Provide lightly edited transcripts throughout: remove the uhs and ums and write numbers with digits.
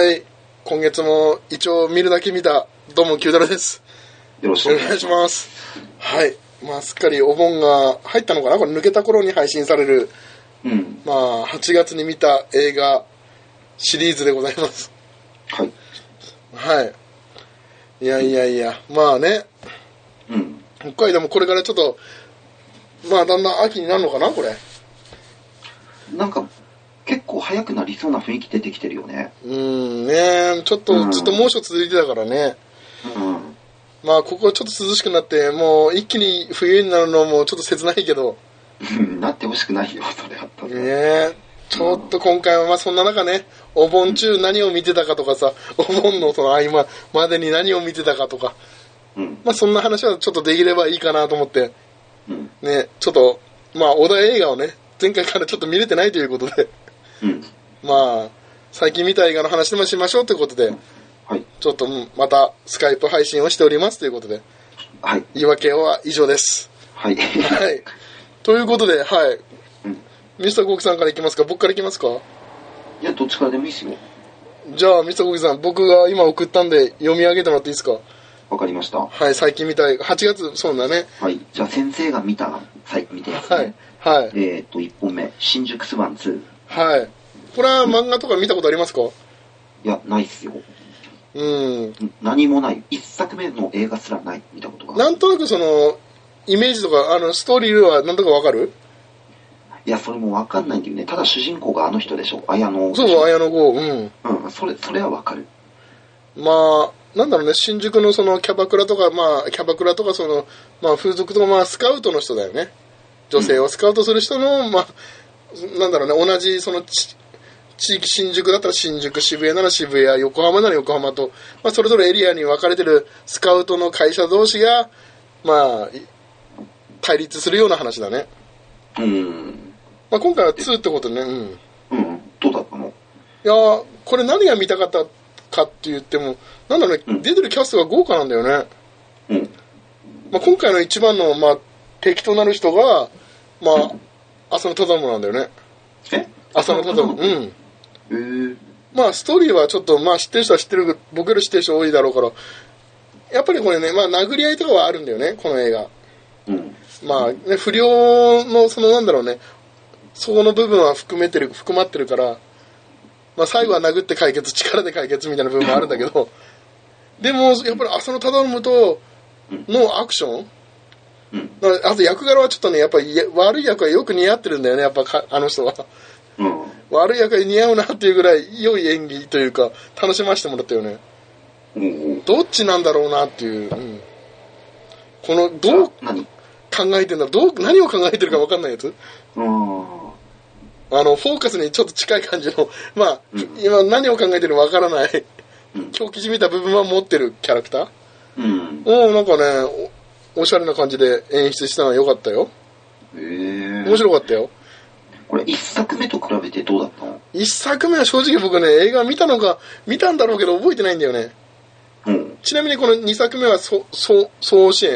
はい、今月も一応見るだけ見たどうもQ太郎です。 よろしくお願いします。 はい、まあすっかりお盆が入ったのかな、これ抜けた頃に配信される、まあ8月に見た映画シリーズでございます。 はい。 はい。いや、まあね。北海道もこれからちょっとまあだんだん秋になるのかなこれ。 なんか結構早くなりそうな雰囲気出てきてるよね。 ね、ちょっとずっと猛暑続いてたからね。まあここちょっと涼しくなってもう一気に冬になるのもちょっと切ないけどなってほしくないよそれあったね。ちょっと今回はまあそんな中ね、お盆中何を見てたかとかさ、お盆のその合間までに何を見てたかとか、まあそんな話はちょっとできればいいかなと思って、ね、ちょっとまあ小田映画をね前回からちょっと見れてないということで、まあ最近見た映画の話でもしましょうということで、ちょっとまたスカイプ配信をしておりますということで、言い訳は以上です。はい。ということで、はい。ミスターコウキさんからいきますか、僕からいきますか。 いや、どっちからでもいいですよ。 じゃあミスターコウキさん、僕が今送ったんで読み上げてもらっていいですか。 わかりました。 はい、最近見た映画、8月、そうだね。 はい。じゃあ先生が見た見てやつね。 はい。 1本目、新宿スワン2。 はい。これは漫画とか見たことありますか。 いや、ないっすよ。何もない。一作目の映画すらない。見たことが。 なんとなくそのイメージとかストーリーはなんとかわかる。 いや、それもわかんないんだよね。ただ主人公があの人でしょ。綾野。 そう、綾野剛。 それはわかる。 まあなんだろうね、新宿のそのキャバクラとかそのまあ風俗とか、まあスカウトの人だよね。女性をスカウトする人の、まあなんだろうね、同じその地域、新宿だったら新宿、渋谷なら渋谷、横浜なら横浜と、まあ、それぞれエリアに分かれてるスカウトの会社同士が、まあ、対立するような話だね。まあ、今回は2ってことね。 どうだったの？いやー、これ何が見たかったかって言っても、なんだろうね、出てるキャストが豪華なんだよね。まあ、今回の一番の、まあ、敵となる人が、まあ、浅野忠信なんだよね。浅野忠信。まあストーリーはちょっとまあ知ってる人は知ってる、僕より知ってる人多いだろうから、やっぱりこれね、まあ殴り合いとかはあるんだよね、この映画。まあね、不良のそのなんだろうね、そこの部分は含まってるから、まあ最後は殴って解決、力で解決みたいな部分もあるんだけど、でもやっぱり浅野忠信とのアクション、あと役柄はちょっとね、やっぱり悪い役はよく似合ってるんだよね、やっぱあの人は。悪い役が似合うなっていうぐらい良い演技というか楽しませてもらったよね。どっちなんだろうなっていう、このどう考えてんだ、何を考えてるか分かんないやつ。フォーカスにちょっと近い感じの、まあ、今何を考えてるか分からない狂気じみた部分は持ってるキャラクター、なんかね おしゃれな感じで演出したのは良かったよ。面白かったよ。 これ1作目と比べてどうだったの？1 作目は正直僕ね、映画見たんだろうけど覚えてないんだよね。ちなみにこの2作目はそのシオ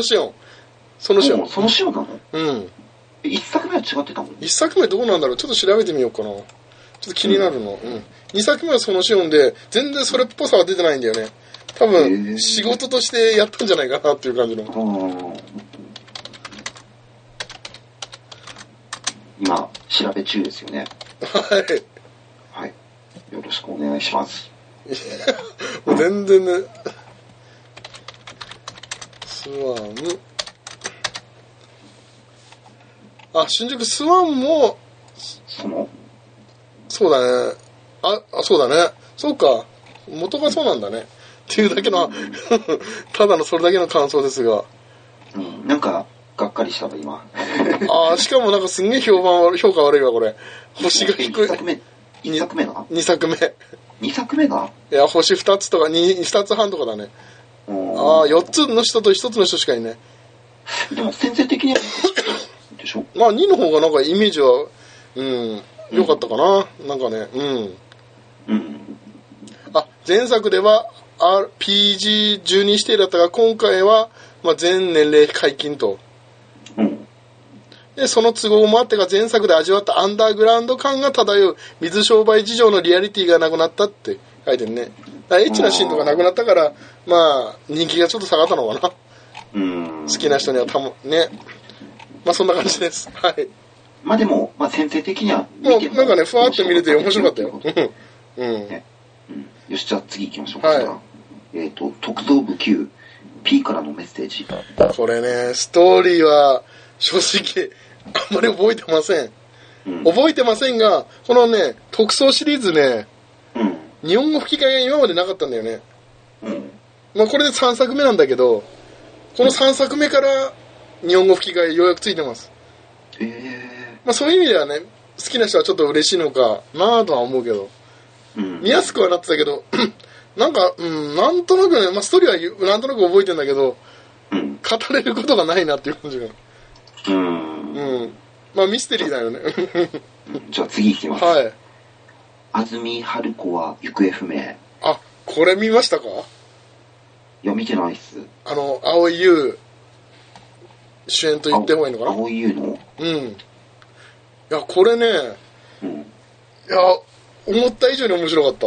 ンなの ？1作目は違ってたの ？1作目どうなんだろう、ちょっと調べてみようかな。ちょっと気になるの。2作目はそのシオンで全然それっぽさは出てないんだよね。多分仕事としてやったんじゃないかなっていう感じの。 今調べ中ですよね。はい。よろしくお願いします。 もう全然ね。スワン。新宿スワンも。そうだね。そうだね。そうか。元がそうなんだね。っていうだけのただのそれだけの感想ですが。 なんか。がっかりしたわ今。 しかもなんかすんげえ評価悪いわこれ。星が低い。 1作目2作目が 2作目 2作目がいや星2つとか 2つ半とかだね。4つの人と1つの人しかいない。 でも先生的にはでしょ。 まあ2の方がなんかイメージは良かったかな。なんかね前作では PG12 指定だったが今回はまあ全年齢解禁と。でその都合もあってか前作で味わったアンダーグラウンド感が漂う水商売事情のリアリティがなくなったって書いてるね。エッチなシーンとかなくなったから、まあ、人気がちょっと下がったのかな。好きな人にはね。まあ、そんな感じです。はい。 まあでも、まあ先生的にはもうなんかね、ふわって見れて面白かったよ。 よし、じゃあ次行きましょうか。はい、特捜部 Q、P からのメッセージ。 これね、ストーリーは、正直、あんまり覚えてません。覚えてませんが、このね、特捜シリーズね、日本語吹き替えが今までなかったんだよね。まあこれで3作目なんだけど、この3作目から日本語吹き替えようやくついてます。まあそういう意味ではね、好きな人はちょっと嬉しいのかなとは思うけど、見やすくはなってたけど、なんか、なんとなくね、まあストーリーはなんとなく覚えてんだけど、語れることがないなっていう感じが。まあミステリーだよね。 じゃあ次行きます。 はい。 安住春子は行方不明。 あ、これ見ましたか？ いや、見てないっす。 蒼井優主演と言ってもいいのかな？ 蒼井優の？ いや、これね、いや、思った以上に面白かった。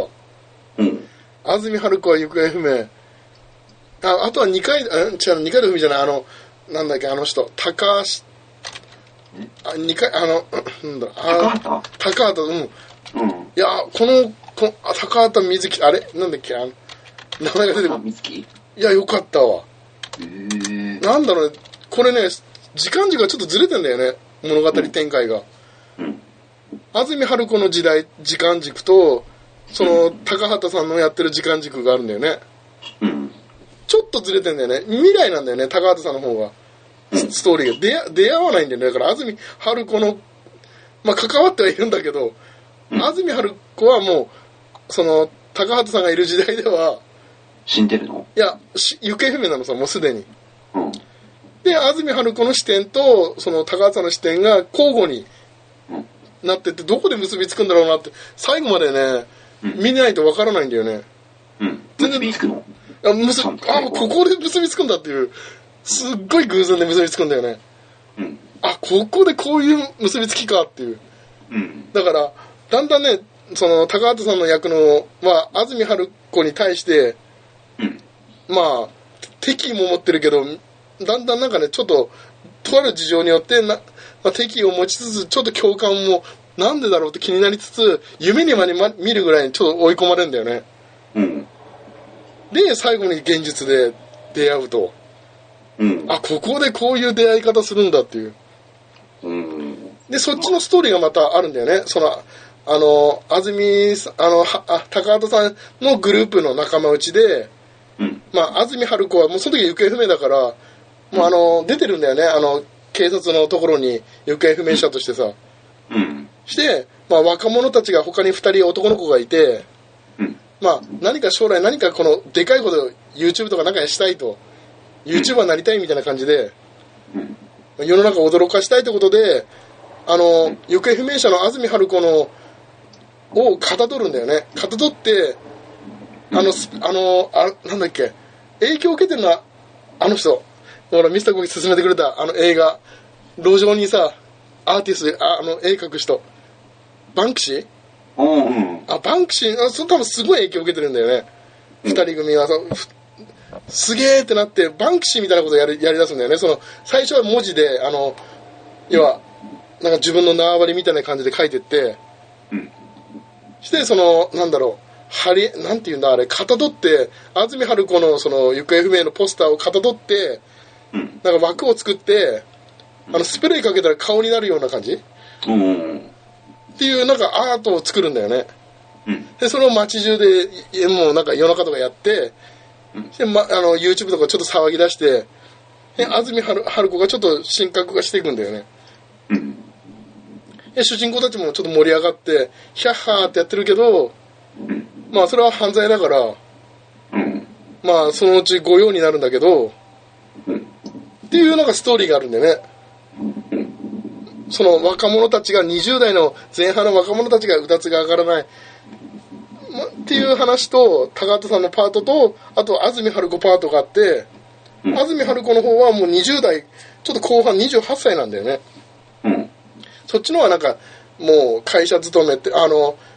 安住春子は行方不明。あとは2回、違う、2回の不明じゃない、なんだっけ、あの人、高橋、2回、なんだ、高畑、いや、高畑瑞希、あれなんだっけ、名前が出てくる。いや、よかったわ。なんだろうね、これね、時間軸がちょっとずれてんだよね、物語展開が。安住春子の時間軸と、その、高畑さんのやってる時間軸があるんだよね。ちょっとずれてんだよね。未来なんだよね、高畑さんの方が。ストーリーが。出会わないんだよね。だから、安住春子の、まあ、関わってはいるんだけど、安住春子はもう、その、高畑さんがいる時代では、 死んでるの？ いや、行方不明なのさ、もうすでに。で、安住春子の視点と、その、高畑さんの視点が交互になってって、どこで結びつくんだろうなって、最後までね、見ないとわからないんだよね。 結びつくの？ ここで結びつくんだっていう、すっごい偶然で結びつくんだよね。ここでこういう結びつきかっていう。だから、だんだんね、その、高畑さんの役の、まあ、安住春子に対して、まあ、敵意も持ってるけど、だんだんなんかね、ちょっと、とある事情によって、敵意を持ちつつ、ちょっと共感も、なんでだろうって気になりつつ、夢にまで見るぐらいにちょっと追い込まれるんだよね。で、最後に現実で出会うと。ここでこういう出会い方するんだっていう。で、そっちのストーリーがまたあるんだよね。その、安住さん、高畑さんのグループの仲間内で、まあ、安住春子はもうその時行方不明だから、もう出てるんだよね。警察のところに行方不明者としてさ。して、まあ、若者たちが他に2人男の子がいて、まあ、何か将来何かこのでかいこと YouTube とかなんかしたいと、YouTuber になりたいみたいな感じで、世の中を驚かしたいということで、行方不明者の安住春子をかたどるんだよね。かたどって、なんだっけ、影響を受けてるのは、あの人、ほら、ミスターコキ勧めてくれた、映画、路上にさ、アーティスト、絵描く人、バンクシー？バンクシー、多分すごい影響を受けてるんだよね。二人組はすげーってなって、バンクシーみたいなことをやり出すんだよね。その、最初は文字で、要は、なんか自分の縄張りみたいな感じで書いてって、して、その、なんだろう、なんていうんだ、あれ、かたどって、安住春子のその、行方不明のポスターをかたどって、なんか枠を作って、スプレーかけたら顔になるような感じ、っていう、なんかアートを作るんだよね。で、それを街中で、もうなんか夜中とかやって、で、YouTube とかちょっと騒ぎ出して、安住春子がちょっと神格化していくんだよね。で、主人公たちもちょっと盛り上がって、ヒャッハーってやってるけど、まあそれは犯罪だから、まあそのうち御用になるんだけど、っていうなんかストーリーがあるんだよね。その若者たちが、20代の前半の若者たちがうだつが上がらない、っていう話と、高畑さんのパートと、あと安住春子パートがあって、安住春子の方はもう20代、ちょっと後半28歳なんだよね。そっちのはなんか、もう会社勤めって、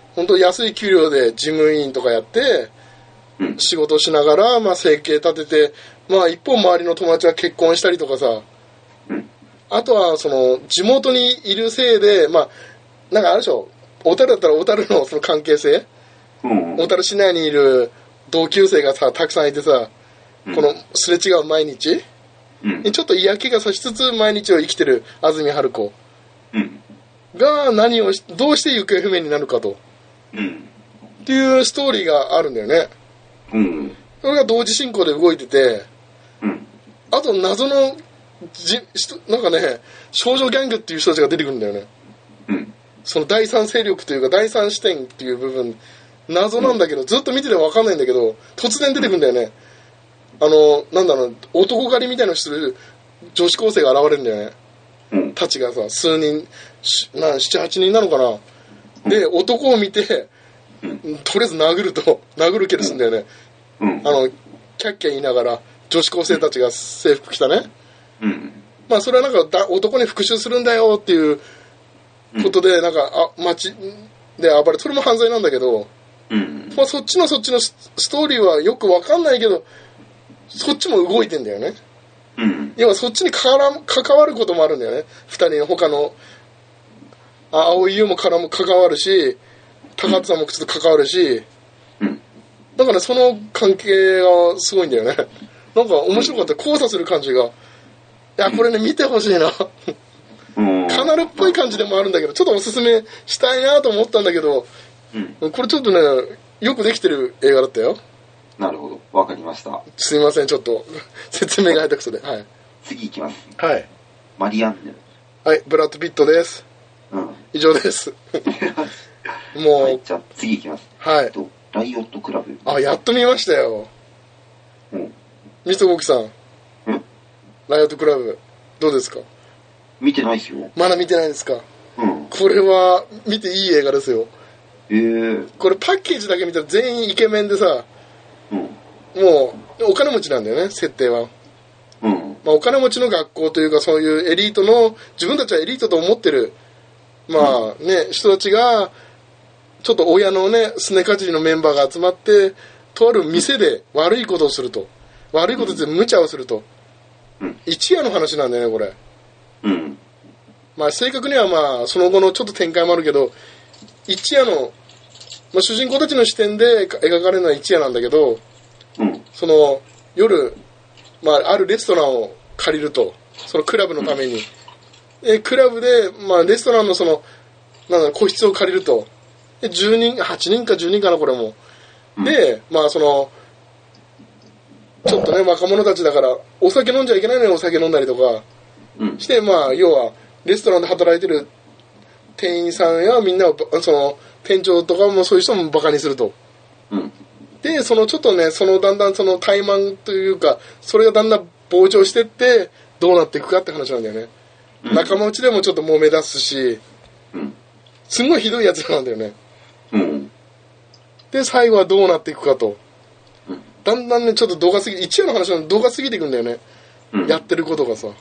本当安い給料で事務員とかやって、仕事しながら、まあ、生計立てて、まあ、一方周りの友達が結婚したりとかさ、あとはその地元にいるせいで、まあ、なんかあるでしょ、小樽だったら小樽のその関係性、小樽市内にいる同級生がさたくさんいてさ、このすれ違う毎日、ちょっと嫌気がさしつつ毎日を生きてる安住春子が何をどうして行方不明になるかと、っていうストーリーがあるんだよね。それが同時進行で動いてて、あと謎のなんかね、少女ギャングっていう人たちが出てくるんだよね。その第三勢力というか第三視点っていう部分、謎なんだけど、ずっと見てて分かんないんだけど、突然出てくるんだよね。なんだろう、男狩りみたいなのしてる女子高生が現れるんだよね。たちがさ、数人、7、8人なのかな。で、男を見て、とりあえず殴る蹴りするんだよね。キャッキャ言いながら、女子高生たちが制服着たね。まあそれはなんか男に復讐するんだよっていうことで、なんか街で暴れ、それも犯罪なんだけど、まあそっちのストーリーはよくわかんないけど、そっちも動いてんだよね。要はそっちに関わることもあるんだよね。2人の他の蒼井優も関わるし、高畑さんもちょっと関わるし、だからその関係がすごいんだよね。なんか面白かった。交差する感じが、いやこれね見てほしいな。カナルっぽい感じでもあるんだけど、ちょっとおすすめしたいなと思ったんだけど、これちょっとねよくできてる映画だったよ。 なるほど、わかりました。 すいません、ちょっと説明が下手くそで。はい。 次いきます。 はい。 マリアンヌ。 はい、ブラッド・ピットです。以上です。もう、 はい、じゃあ次いきます。 はい。 ライオットクラブ。 あ、やっと見ましたよ。ミスターゴキさん。ライオットクラブどうですか？ 見てないですよ。 まだ見てないですか？これは見ていい映画ですよ。これパッケージだけ見たら全員イケメンでさ、もうお金持ちなんだよね、設定は。まあ、お金持ちの学校というか、そういうエリートの、自分たちはエリートと思ってる、まあね、人たちがちょっと親のねすねかじりのメンバーが集まって、とある店で悪いことをすると、悪いことで無茶をすると、一夜の話なんだよねこれ。まあ正確にはまあその後のちょっと展開もあるけど、一夜の、まあ、主人公たちの視点で描かれるのは一夜なんだけど、その夜、まあ、あるレストランを借りると、そのクラブのために、クラブで、まあ、レストランのそのなんだ個室を借りると、で10人8人か10人かなこれも、でまあそのちょっとね若者たちだからお酒飲んじゃいけないのにお酒飲んだりとかして、まあ要はレストランで働いてる店員さんやみんなを、その店長とかもそういう人もバカにすると、でそのちょっとね、そのだんだんその怠慢というか、それがだんだん膨張してってどうなっていくかって話なんだよね。仲間内でもちょっと揉め出すし、すんごいひどいやつなんだよね。で最後はどうなっていくかと、だんだんねちょっと動画すぎ、一夜の話の動画過ぎていくんだよね、やってることがさ。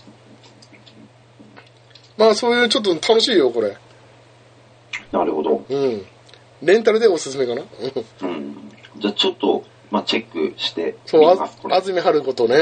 まあそういうちょっと楽しいよこれ。 なるほど。 レンタルでおすすめかな。 じゃあちょっと、まあ、チェックしてみます。そう、安住春子とね。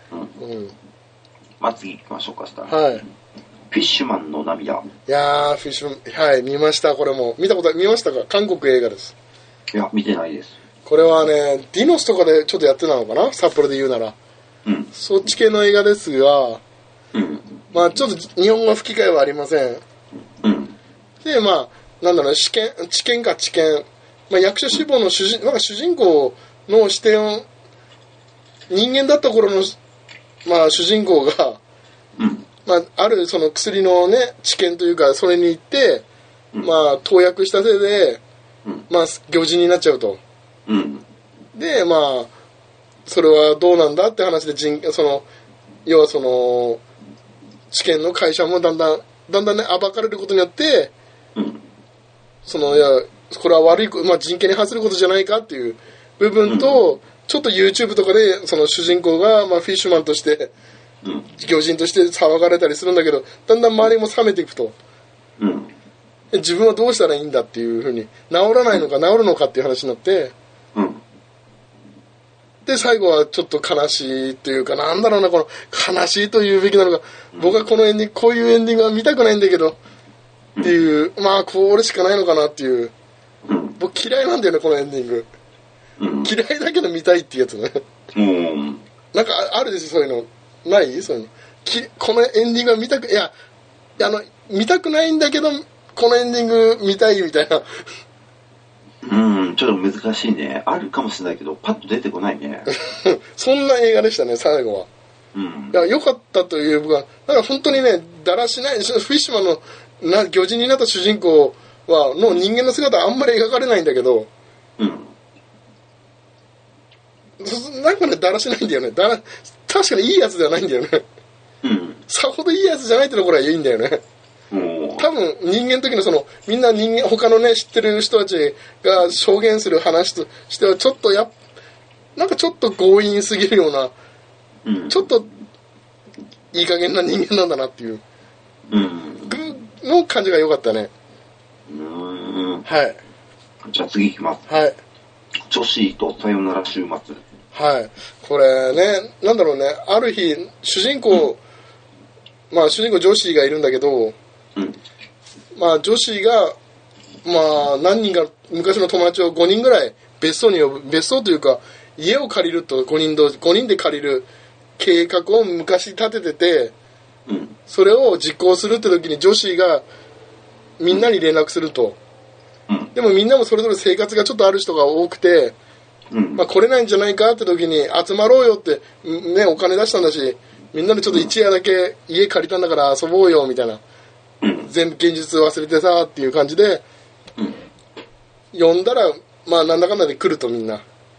まあ次行きましょうか、したら。 はい。 フィッシュマンの涙。 いやー、フィッシュマン、はい、見ました。これも見ましたか？韓国映画です。 いや、見てないです。 これはね、ディノスとかでちょっとやってたのかな、札幌で言うなら。そっち系の映画ですが、まあちょっと日本語吹き替えはありません。で、まあなんだろう、知見、まあ、役者志望のなんか主人公の視点を、人間だった頃の、まあ、主人公が、まあ、あるその薬のね知見というか、それに行って、まあ投薬したせいで、まあ行人になっちゃうと。でまあそれはどうなんだって話で、その要はその治験の会社もだんだんね暴かれることによって、そのいやこれは悪い、まあ、人権に反することじゃないかっていう部分と、ちょっと YouTube とかでその主人公が、まあ、フィッシュマンとして、魚人として騒がれたりするんだけど、だんだん周りも冷めていくと、 自分はどうしたらいいんだっていうふうに、治らないのか治るのかっていう話になって、で、最後はちょっと悲しいというか、なんだろうな、この悲しいと言うべきなのか、僕はこのエンディング、こういうエンディングは見たくないんだけど、っていう、まあ、これしかないのかなっていう。僕嫌いなんだよね、このエンディング。嫌いだけど見たいっていうやつね。なんかあるでしょ、そういうの。ないそういうの。このエンディングは見たく、いや、見たくないんだけど、このエンディング見たいみたいな。 ちょっと難しいね。あるかもしれないけど、パッと出てこないね。 そんな映画でしたね、最後は。いや、良かったという僕は、だから本当にね、だらしない、フィッシュマンの巨人になった主人公の人間の姿はあんまり描かれないんだけど、なんかね、だらしないんだよね。確かにいいやつではないんだよね。さほどいいやつじゃないってところはいいんだよね。多分人間の時のみんな他のね知ってる人たちが証言する話としてはちょっとなんかちょっと強引すぎるような、ちょっといい加減な人間なんだなっていう、の感じが良かったね。はい。 じゃあ次いきます。 はい。 女子とさよなら週末。 はい。これね、なんだろうね、ある日主人公女子がいるんだけど、まあ女子がまあ何人か昔の友達を5人ぐらい別荘に呼ぶ、別荘というか家を借りると5人で借りる計画を昔立ててて、それを実行するって時に女子がみんなに連絡すると、でもみんなもそれぞれ生活がちょっとある人が多くて、まあ来れないんじゃないかって時に集まろうよってね、お金出したんだし、みんなでちょっと一夜だけ家借りたんだから遊ぼうよみたいな、全部現実忘れてさっていう感じで、呼んだらまあなんだかんだで来るとみんな、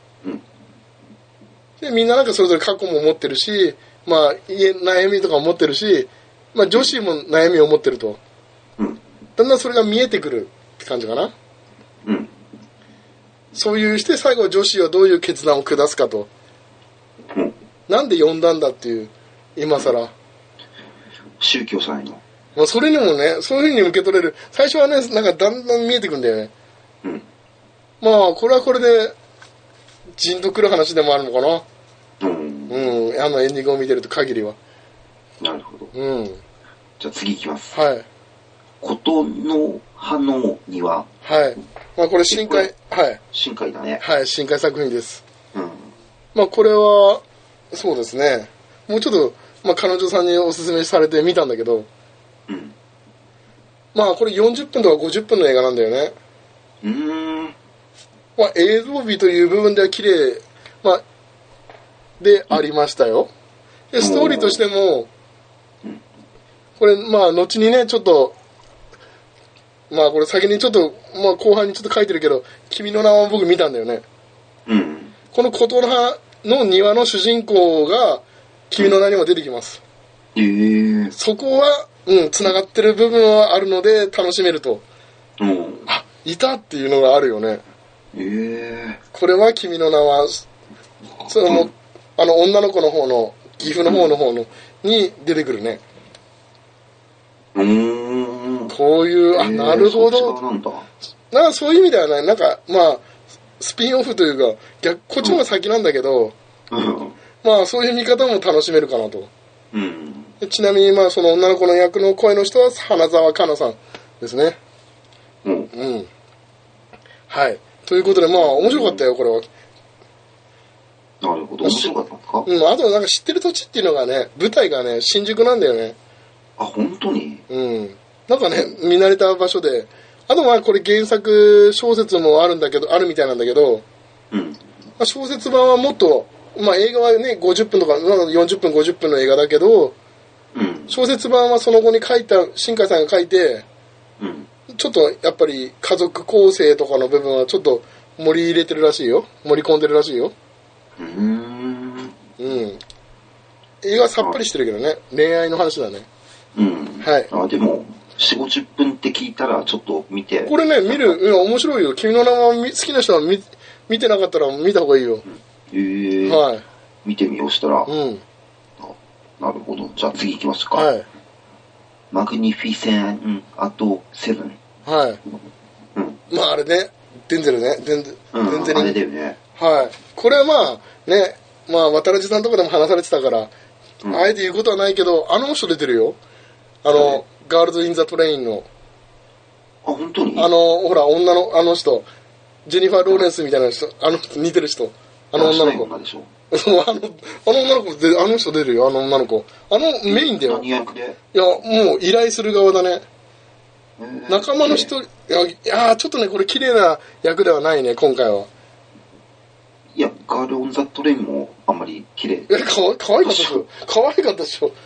でみんななんかそれぞれ過去も持ってるし、まあ悩みとかも持ってるし、まあ女子も悩みを持ってると、だんだんそれが見えてくるって感じかな。そういうして最後女子はどういう決断を下すかと、なんで呼んだんだっていう、今更宗教さんの、 まあ、それにもね、そういう風に受け取れる。最初はね、なんかだんだん見えてくるんだよね。まあこれはこれでジンとくる話でもあるのかな。エンディングを見てると限りは。 なるほど。じゃあ次いきます。 はい。 琴の葉の庭。 はい。まあこれ深海、はい。 深海だね。 はい、深海作品です。まあこれはそうですね。もうちょっとまあ彼女さんにおすすめされて見たんだけど、まあこれ40分とか50分の映画なんだよね。まあ映像美という部分では綺麗、まあでありましたよ。でストーリーとしてもこれまあ後にねちょっとまあこれ先にちょっとまあ後半にちょっと書いてるけど、君の名は僕見たんだよね。この琴の葉の庭の主人公が君の名にも出てきます。そこは繋がってる部分はあるので楽しめると。あ、いたっていうのがあるよね。これは君の名はそれも女の子の方の岐阜の方のに出てくるね。こういうなるほど。なんかそういう意味ではね、なんかまあスピンオフというかこっちの方が先なんだけど、まあそういう見方も楽しめるかなと。ちなみにまあその女の子の役の声の人は花澤香菜さんですね。はい。ということでまあ面白かったよこれは。 なるほど。面白かったんですか？ あとなんか知ってる土地っていうのがね、舞台がね新宿なんだよね。 あ、本当に？ なんかね見慣れた場所で、あとまあこれ原作小説もあるみたいなんだけど、小説版はもっとまあ映画はね50分とか40分50分の映画だけど、小説版はその後に新海さんが書いて、ちょっとやっぱり家族構成とかの部分はちょっと盛り込んでるらしいよ。映画はさっぱりしてるけどね、恋愛の話だね。はい。 あ、でも4、50分って聞いたらちょっと見て。 これね面白いよ。君の名は好きな人は見てなかったら見た方がいいよ。はい。 見てみようしたら。なるほど。じゃあ次行きますか。 はい。 マグニフィセンアト7。 はい。 うん。 まああれね、デンゼルね。デンゼル。 あれだよね。 はい。これはまあ、ね、まあ渡辺さんとかでも話されてたから、あえて言うことはないけど、あの人出てるよ。ガールズ・イン・ザ・トレインの。 あ、本当に？ ほら、女の、人、ジェニファー・ローレンスみたいな人、似てる人。女の子。 でしょ。 そう、女の子で、人出るよ、女の子。メインだよ。 何役で？ いや、もう依頼する側だね。仲間の人、いや、ちょっとね、これ綺麗な役ではないね、今回は。 いや、ガール・オン・ザ・トレインもあんまり綺麗。 かわいかったでしょ。かわいかったでしょ。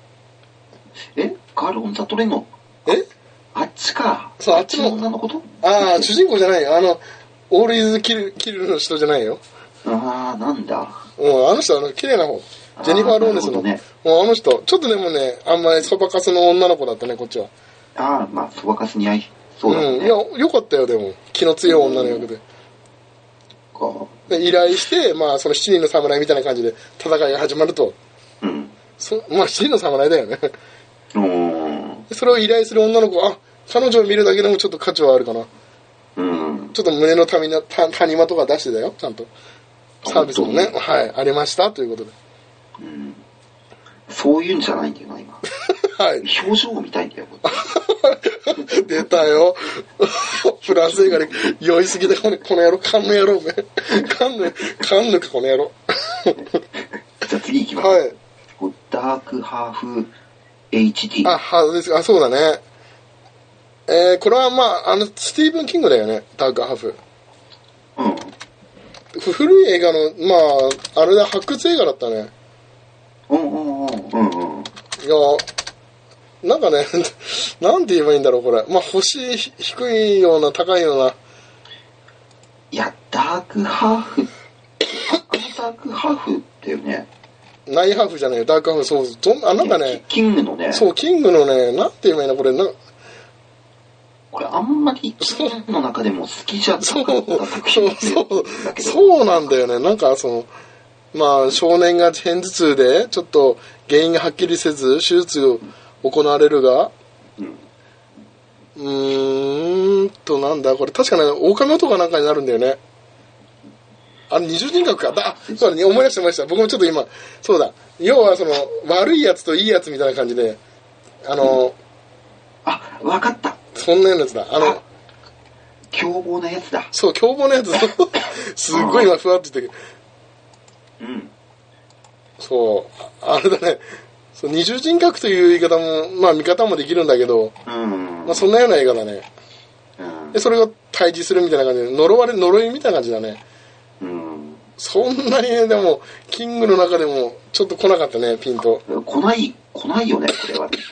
ガール・オン・ザ・トレインの、あっちか。 そう、あっちの女のこと？ 主人公じゃないよ。オールイズ・キルの人じゃないよ。 なんだ。 もう人綺麗な方。ジェニファー・ローレンスの。ね、もう人、ちょっとでもね、あんまりそばかすの女の子だったね、こっちは。 まあ、そばかす似合いそうだね。 いや、よかったよ、でも。気の強い女の役で。で依頼して、まあ、その7人の侍みたいな感じで戦いが始まると。まあ、7人の侍だよね。それを依頼する女の子、彼女を見るだけでもちょっと価値はあるかな。ちょっと胸の谷間とか出してたよ、ちゃんと。サービスもね、はい、ありましたということで。 そういうんじゃないんだよな、今。 はい。 表情を見たいんだよ。 出たよ。フランス映画で酔いすぎてこの野郎、カンの野郎め。カンヌか、この野郎。 じゃあ次行きます。はい。ダークハーフ HD。 そうだね。これはまあ、スティーブン・キングだよね、ダークハーフ。古い映画の、まあ、あれだ、発掘映画だったね。いや、なんかね、なんて言えばいいんだろう、これ。まあ、星低いような、高いような。 いや、ダークハーフ。ダークハーフだよね。 ナイハーフじゃないよ、ダークハーフ、そう。なんかね。 キングのね。 そう、キングのね、なんて言えばいいんだ、これ。 これあんまりキングの中でも好きじゃなかった作品そうなんだよね。なんかまあ少年が片頭痛でちょっと原因がはっきりせず手術を行われるが、なんだこれ確かね、狼男かなんかになるんだよね。二重人格か。そうだね、思い出してました。僕もちょっと今、そうだ。要は悪いやつといいやつみたいな感じで、 わかった。 そんなやつだ。 凶暴なやつだ。 そう、凶暴なやつ。すっごい今、ふわっと言ってそう、あれだね。二重人格という言い方も、まあ見方もできるんだけど、まあそんなような映画だね。で、それが対峙するみたいな感じで、呪いみたいな感じだね。そんなにね、でも、キングの中でも、ちょっと来なかったね、ピンと。 来ないよね、これは。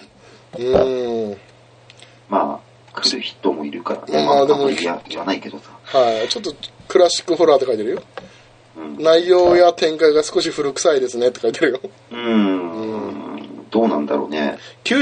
まあ、来る人もいるからね。まあでも言わないけどさ。 はい、ちょっとクラシックホラーって書いてるよ。内容や展開が少し古臭いですねって書いてるよ。 どうなんだろうね。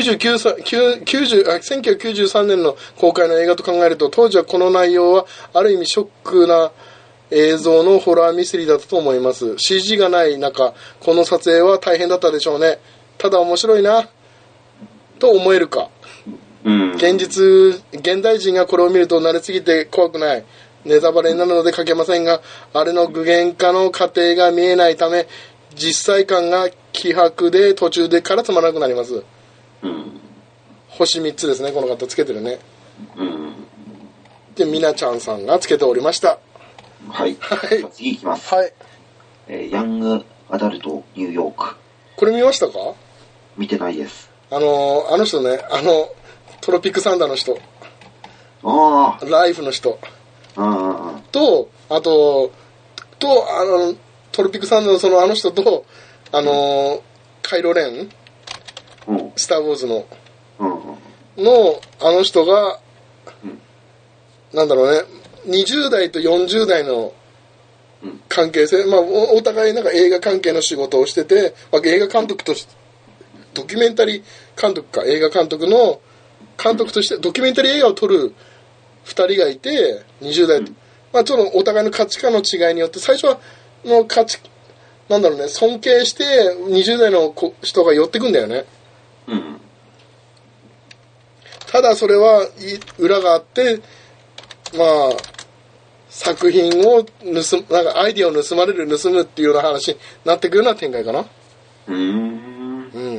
1993年の公開の映画と考えると、当時はこの内容はある意味ショックな映像のホラーミステリーだったと思います。CG がない中、この撮影は大変だったでしょうね。ただ面白いなと思えるか。現代人がこれを見ると慣れすぎて怖くない。ネタバレになるので書けませんが、あれの具現化の過程が見えないため、実際感が希薄で途中でからつまらなくなります。星3つですね、この方つけてるね。で、みなちゃんさんがつけておりました。 はい。次いきます。 はい。 ヤングアダルトニューヨーク。 これ見ましたか？ 見てないです。 あの人ね、トロピックサンダーの人。ライフの人。と、あと、トロピックサンダーのあの人と、カイロレン、スター・ウォーズの、あの人が、なんだろうね、20代と40代の関係性、まあ、お互いなんか映画関係の仕事をしてて、まあ、映画監督として、ドキュメンタリー監督か、映画監督の監督としてドキュメンタリー映画を撮る2人がいて、20代、まあ、ちょっとお互いの価値観の違いによって、最初はなんだろうね、尊敬して20代の人が寄ってくんだよね。 ただそれは裏があって、まあ作品をなんかアイディアを盗むっていうような話になってくるような展開かな。うん。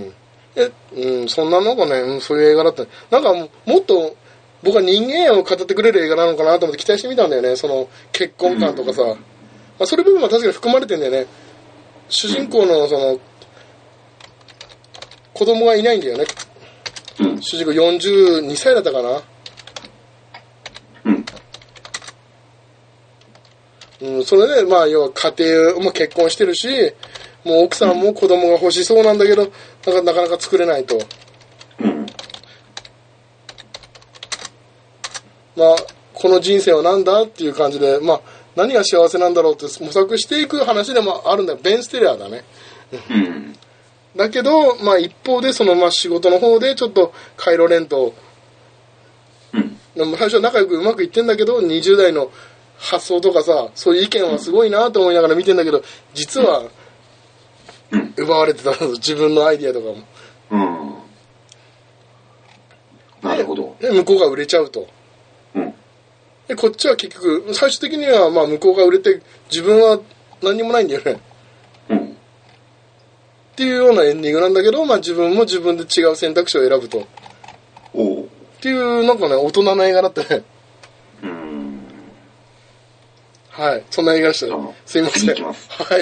そんなのがね、そういう映画だった。なんかもっと僕は人間を語ってくれる映画なのかなと思って期待してみたんだよね。その結婚観とかさ。まあ、それ部分は確かに含まれてんだよね。主人公のその子供がいないんだよね。主人公42歳だったかな。それで、まあ、要は家庭も結婚してるし、もう奥さんも子供が欲しそうなんだけど、なかなか作れないと。まあ、この人生は何だっていう感じで、まあ、何が幸せなんだろうって模索していく話でもあるんだよ。ベン・ステラーだね。だけど、まあ、一方で、その、まあ、仕事の方で、ちょっと、カイロレンと、最初は仲良くうまくいってんだけど、20代の発想とかさ、そういう意見はすごいなと思いながら見てんだけど、実は、奪われてたの、自分のアイディアとかも。 なるほど。 で、向こうが売れちゃうと。で、こっちは結局、最終的には、まあ、向こうが売れて、自分は何にもないんだよね。っていうようなエンディングなんだけど、まあ、自分も自分で違う選択肢を選ぶと。っていう、なんかね、大人の映画だったね。はい、そんな映画でしたね。すいません。はい。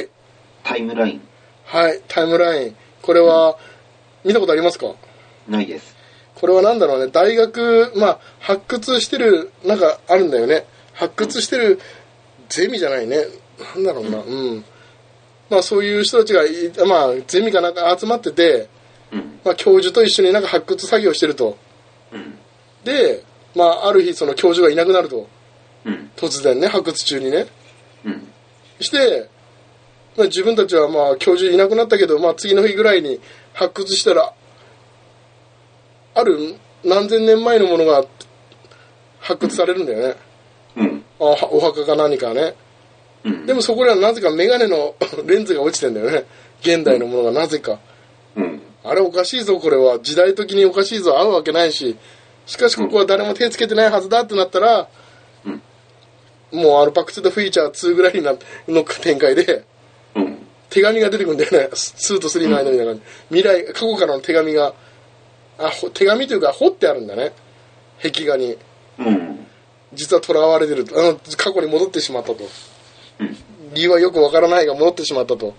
タイムライン。 はい、タイムライン。これは、見たことありますか？ ないです。 これはなんだろうね、大学、まあ、発掘してる、なんかあるんだよね。発掘してるゼミじゃないね。なんだろうな、まあ、そういう人たちが、まあ、ゼミかなんか集まってて、まあ、教授と一緒になんか発掘作業してると。で、まあ、ある日、その教授がいなくなると。突然ね、発掘中にね。して、まあ、自分たちはまあ教授いなくなったけど、まあ、次の日ぐらいに発掘したら、ある何千年前のものが発掘されるんだよね。お墓か何かね。でもそこにはなぜかメガネのレンズが落ちてんだよね。現代のものがなぜか。あれおかしいぞ、これは。時代的におかしいぞ、合うわけないし。しかしここは誰も手つけてないはずだってなったら、もうバックトゥザフューチャー2ぐらいの展開で、手紙が出てくるんだよね。2と3の間みたいな感じ。過去からの手紙が、手紙というか彫ってあるんだね。壁画に。実は囚われてると。過去に戻ってしまったと。理由はよくわからないが戻ってしまったと。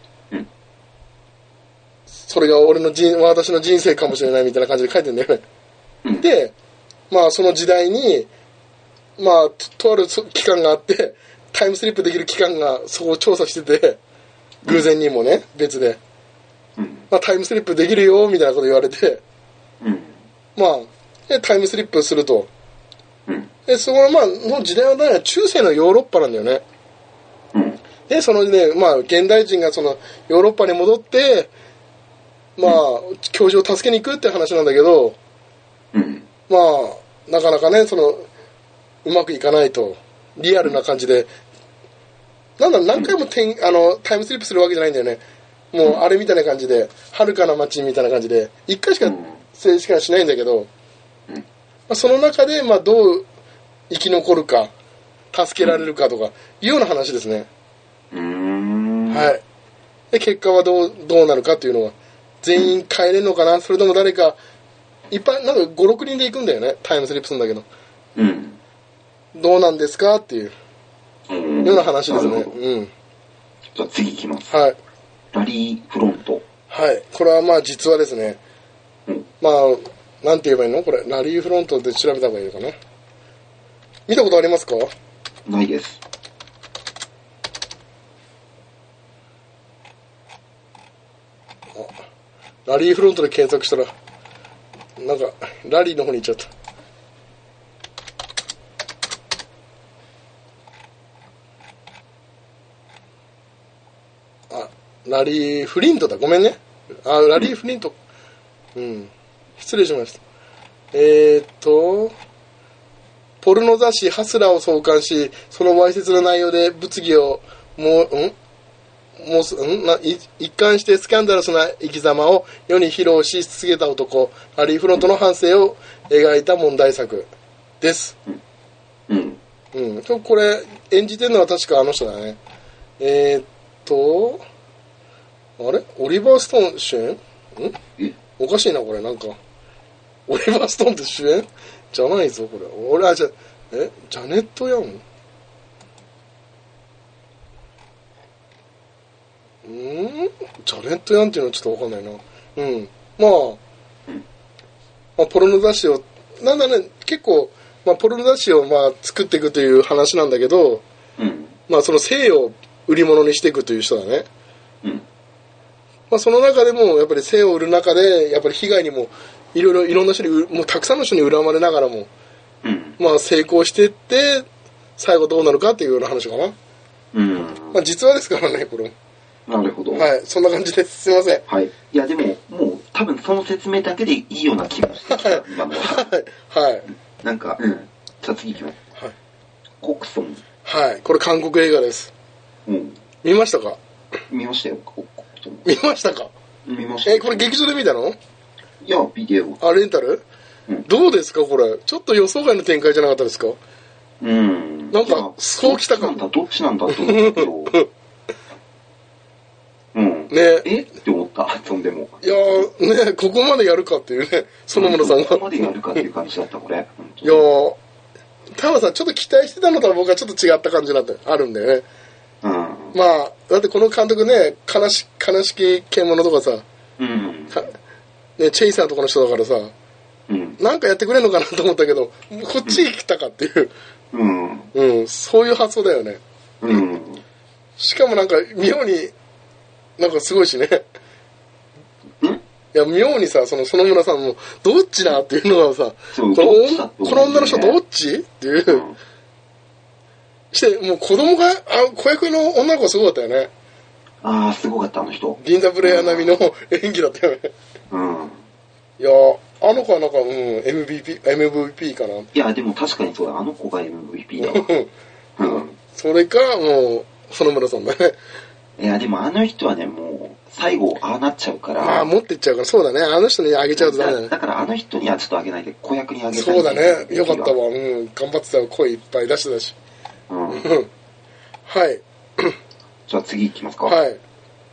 それが私の人生かもしれないみたいな感じで書いてるんだよね。で、まあその時代に、まあ、とある期間があって、タイムスリップできる期間がそこを調査してて、偶然にもね、別で。まあ、タイムスリップできるよ、みたいなこと言われて、まあ、タイムスリップすると。で、その、まあ、の時代はね、中世のヨーロッパなんだよね。で、そのね、まあ、現代人がその、ヨーロッパに戻って、まあ、教授を助けに行くって話なんだけど、まあ、なかなかね、その、うまくいかないと。リアルな感じで。何回もタイムスリップするわけじゃないんだよね。もうあれみたいな感じで、遥かな街みたいな感じで、一回しかしないんだけど、まあ、その中で、まあ、どう生き残るか、助けられるかとか、いうような話ですね。はい。で、結果はどうなるかっていうのは、全員帰れるのかな、それとも誰か、いっぱい、なんか5、6人で行くんだよね。タイムスリップするんだけど。どうなんですかっていうような話ですね。 じゃあ次いきます。 はい。 ラリーフロント。 はい。これはまあ実話ですね。まあ、なんて言えばいいのこれ。ラリーフロントで調べた方がいいのかな。見たことありますか？ ないです。 ラリーフロントで検索したら、なんか、ラリーの方に行っちゃった。ラリー・フリントだ。ごめんね。ラリー・フリント。失礼しました。ポルノ雑誌ハスラーを創刊し、そのわいせつな内容で物議を一貫してスキャンダラスな生き様を世に披露し続けた男、ハリー・フロントの半生を描いた問題作です。これ演じてるのは確かあの人だね。あれオリバー・ストーン主演？おかしいなこれ。なんかオリバー・ストーンって主演じゃないぞこれ。ジャネット・ヤン？ジャネット・ヤンっていうのはちょっとわかんないな。ポルノ雑誌を結構、ポルノ雑誌を作っていくという話なんだけど、その性を売り物にしていくという人だね。その中でもやっぱり性を売る中でやっぱり被害にもいろんな人にもうたくさんの人に恨まれながらも、成功していって最後どうなるかっていうような話かな。実話ですからねこれ。 なるほど。 はい、そんな感じです。すいません。 はい。いやでももう多分その説明だけでいいような気がしてきた今のは。はい。なんかじゃあ次行きます。はい。コクソン。 はい。これ韓国映画です。見ましたか？ 見ましたよ。 見ましたか？ 見ました。 これ劇場で見たの？ いやビデオ。 レンタル？どうですかこれ？ちょっと予想外の展開じゃなかったですか？なんかそうきたか。 どっちなんだと思ったけど。って思った。そんでも。 いやねここまでやるかっていうね、園村さんが。 ここまでやるかっていう感じだったこれ。 いや田村さんちょっと期待してたのとは僕はちょっと違った感じになってあるんだよね。だってこの監督ね、悲しき獣とかさ、チェイサーとかの人だからさ、なんかやってくれるのかなと思ったけど、こっち来たかっていう、そういう発想だよね。しかもなんか妙になんかすごいしね。いや妙にさ、その園村さんもどっちだっていうのがさ、この女の人どっちっていう。してもう子供が子役の女の子すごかったよね。 すごかったあの人。 リンダ・ブレア並みの演技だったよね。いやあの子はなんかMVP かな。 いやでも確かにそうだ、あの子が MVP だわ。 それかもう園村さんだね。 いやでもあの人はねもう最後なっちゃうから。 持ってっちゃうから。そうだね。あの人にあげちゃうとダメだね。 だからあの人にはちょっとあげないで子役にあげたい。 そうだね。よかったわ。頑張ってたよ。声いっぱい出してたし。はい。 じゃあ次行きますか。 はい。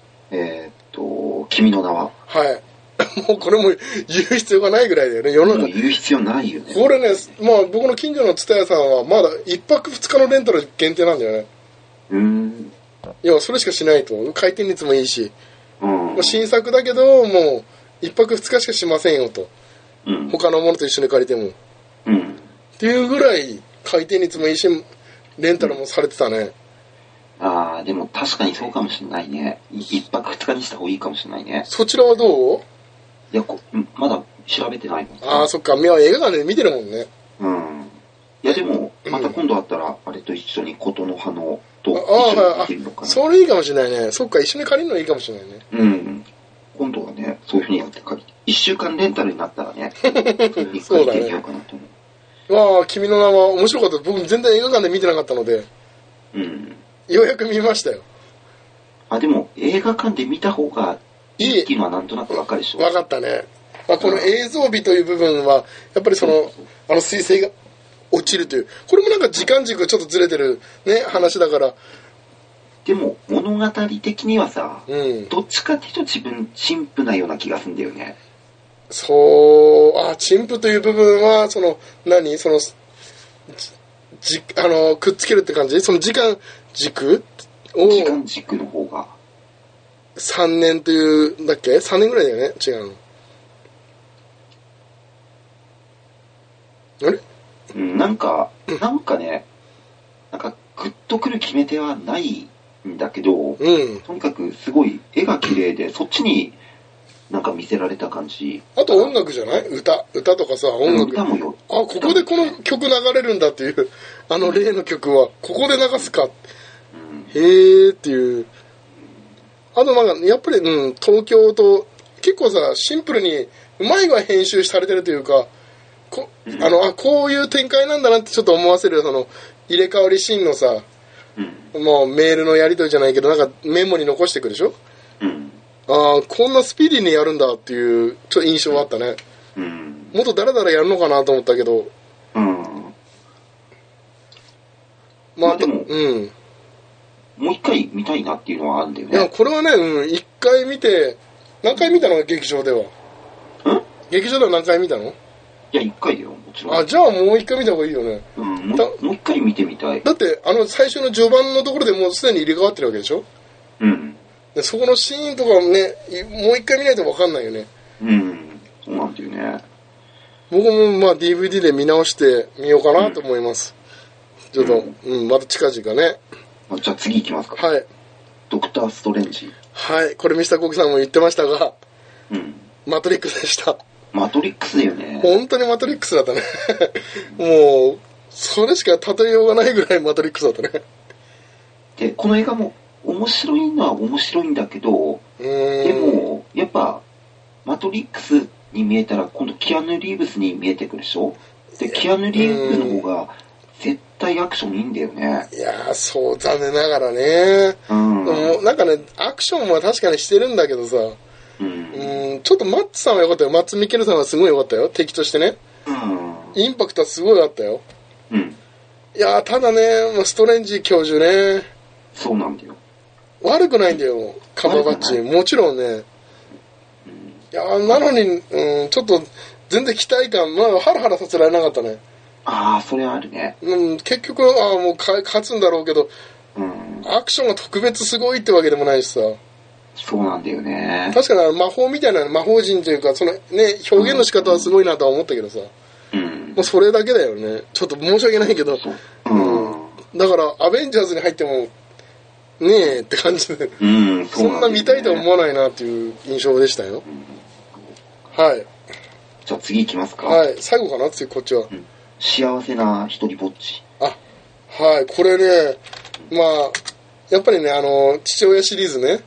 君の名は。 はい。もうこれも言う必要がないぐらいだよね。世の中。 言う必要ないよね。 これね、僕の近所の蔦屋さんはまだ1泊2日のレンタル限定なんだよね。いやそれしかしないと。回転率もいいし、新作だけどもう1泊2日しかしませんよと、他のものと一緒に借りても、っていうぐらい回転率もいいしレンタルもされてたね。 でも確かにそうかもしれないね。1泊2日にした方がいいかもしれないね。 そちらはどう？ いやまだ調べてないもん。 そっか。映画館で見てるもんね。 いやでもまた今度あったらあれと一緒に琴の葉のと一緒にできるのかな。 それいいかもしれないね。そっか、一緒に借りるのいいかもしれないね。 今度はねそういう風にやって借りて1週間レンタルになったらねそういう風に借りてみようかなと思う。 君の名は面白かった。僕全然映画館で見てなかったので、ようやく見ましたよ。 でも映画館で見た方がいいっていうのはなんとなく分かるでしょ。 分かったね。この映像美という部分はやっぱり彗星が落ちるという、これもなんか時間軸がちょっとずれてるね話だから。 でも物語的にはさ、どっちかっていうと陳腐なような気がするんだよね。 陳腐という部分はくっつけるって感じ。その時間軸の方が 3年というんだっけ。3年ぐらいだよね。違うのあれ？ なんかね、なんかグッとくる決め手はないんだけど、とにかくすごい絵が綺麗で、そっちになんか見せられた感じ。 あと音楽じゃない？歌とかさ、音楽。 歌もよ。 ここでこの曲流れるんだっていう、例の曲はここで流すか。へーっていう。あとやっぱり東京と結構さシンプルにうまい具合編集されてるというか。こういう展開なんだなってちょっと思わせる入れ替わりシーンのさもうメールのやり取りじゃないけど、なんかメモに残していくでしょ。ああ、こんなスピーディーにやるんだっていうちょっと印象があったね。もっとダラダラやるのかなと思ったけど。 まあでも、もう一回見たいなっていうのはあるんだよね。 いや、これはね、一回見て、何回見たの劇場では。劇場では何回見たの？ いや、一回だよ、もちろん。 あ、じゃあもう一回見た方がいいよね。 もう一回見てみたい。 だって、最初の序盤のところでもうすでに入れ替わってるわけでしょ？でそこのシーンとかもね、もう一回見ないと分かんないよね。 そうなんだよね。 僕もまあ DVD で見直してみようかなと思います。ちょっと、また近々ね。 じゃあ次行きますか。 はい。 ドクターストレンジ。 はい。これミスターコキさんも言ってましたが、マトリックスでした。 マトリックスだよね。 本当にマトリックスだったね。もう、それしか例えようがないぐらいマトリックスだったね。 で、この映画も面白いのは面白いんだけど、でも、やっぱ、マトリックスに見えたら、今度キアヌ・リーブスに見えてくるでしょ。で、キアヌ・リーブスの方が、絶対アクションいいんだよね。 いやー、そう、残念ながらね。でもなんかね、アクションは確かにしてるんだけどさ、ちょっとマッツさんは良かったよ。マッツ・ミケルさんはすごい良かったよ。敵としてね。インパクトはすごいあったよ。いやー、ただね、ストレンジ教授ね。 そうなんだよ。 悪くないんだよ、カバーバッチ。もちろんね。いやー、なのに、ちょっと、全然期待感、ハラハラさせられなかったね。 ああ、それあるね。 結局、もう勝つんだろうけど、アクションが特別すごいってわけでもないしさ。 そうなんだよね。 確かに魔法みたいな、魔法陣というか、そのね、表現の仕方はすごいなとは思ったけどさ。もうそれだけだよね。ちょっと申し訳ないけど。だから、アベンジャーズに入っても、ねえって感じで。そんな見たいとは思わないなっていう印象でしたよ。はい。 じゃあ次行きますか。 はい。最後かな次、こっちは。 幸せな一人ぼっち。 はい。これね、まあ、やっぱりね、父親シリーズね。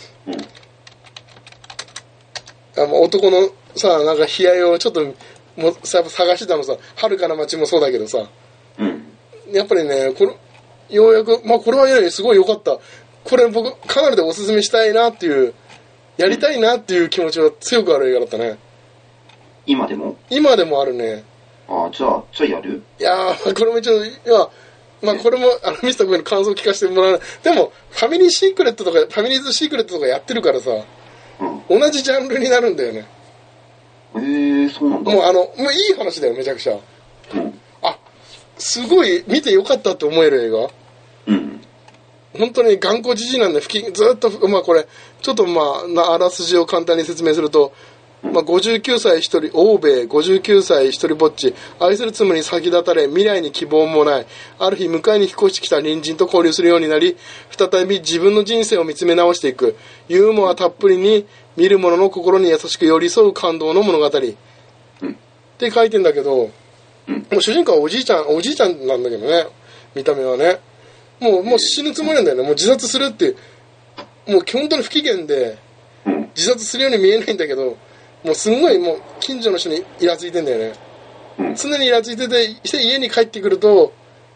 男のさ、なんか悲哀をちょっともう探してたのさ、遥かな街もそうだけどさ。やっぱりね、ようやく、これはね、すごい良かった。これ僕、かなりでおすすめしたいなっていう、やりたいなっていう気持ちは強くある映画だったね。 今でも？ 今でもあるね。 じゃあやる？ いやー、これも一応、これも、ミスター君の感想を聞かせてもらう。でも、ファミリーシークレットとか、ファミリーズシークレットとかやってるからさ、同じジャンルになるんだよね。 そうなんだ。 もういい話だよ、めちゃくちゃ。すごい見てよかったって思える映画。本当に頑固じじいなんで、ずっと、これ、ちょっとあらすじを簡単に説明すると、59歳一人、欧米59歳一人ぼっち、愛する妻に先立たれ、未来に希望もない。ある日、迎えに引っ越してきた隣人と交流するようになり、再び自分の人生を見つめ直していく。ユーモアたっぷりに、見る者の心に優しく寄り添う感動の物語。って書いてんだけど、もう主人公はおじいちゃんなんだけどね、見た目はね。もう死ぬつもりなんだよね。もう自殺するって、もう本当に不機嫌で、自殺するように見えないんだけど、もうすんごいもう近所の人にイラついてんだよね。常にイラついてて、家に帰ってくると、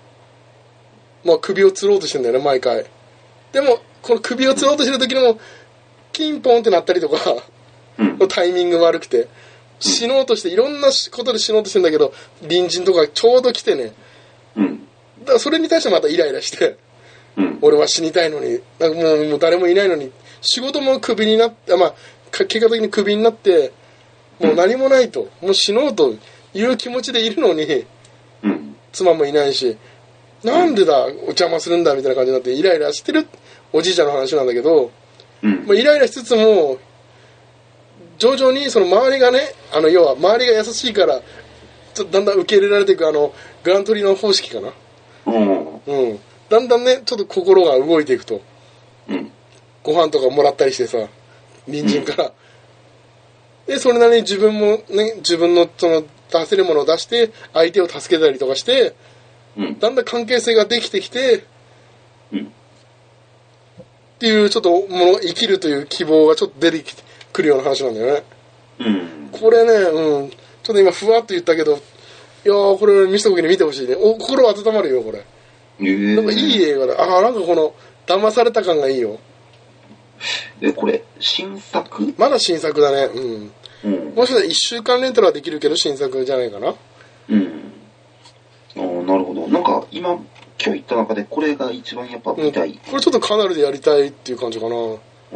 首を吊ろうとしてんだよね、毎回。でも、この首を吊ろうとしてる時にも、キンポンってなったりとか、タイミング悪くて、死のうとして、いろんなことで死のうとしてんだけど、隣人とかちょうど来てね。だからそれに対してまたイライラして、俺は死にたいのに、なんかもう誰もいないのに、仕事もクビになって、結果的にクビになって、もう何もないと、もう死のうという気持ちでいるのに、妻もいないし、なんでだ、お邪魔するんだみたいな感じになってイライラしてるおじいちゃんの話なんだけど、イライラしつつも、徐々にその周りがね、要は周りが優しいから、だんだん受け入れられていくグラントリノ方式かな。だんだんね、ちょっと心が動いていくと。ご飯とかもらったりしてさ、隣人から。で、それなりに自分もね、自分のその出せるものを出して、相手を助けたりとかして、だんだん関係性ができてきて、っていうちょっと生きるという希望がちょっと出てくるような話なんだよね。これね、ちょっと今ふわっと言ったけど、いやー、これミスターコキに見てほしいね。心温まるよ、これ。 なんかいい映画だ。なんかこの、騙された感がいいよ。 これ、新作？ まだ新作だね。うん。もしかしたら1週間レンタルはできるけど、新作じゃないかな。 うん。なるほど。なんか、今日言った中で、これが一番やっぱ見たい。 これちょっとカナルでやりたいっていう感じかな。い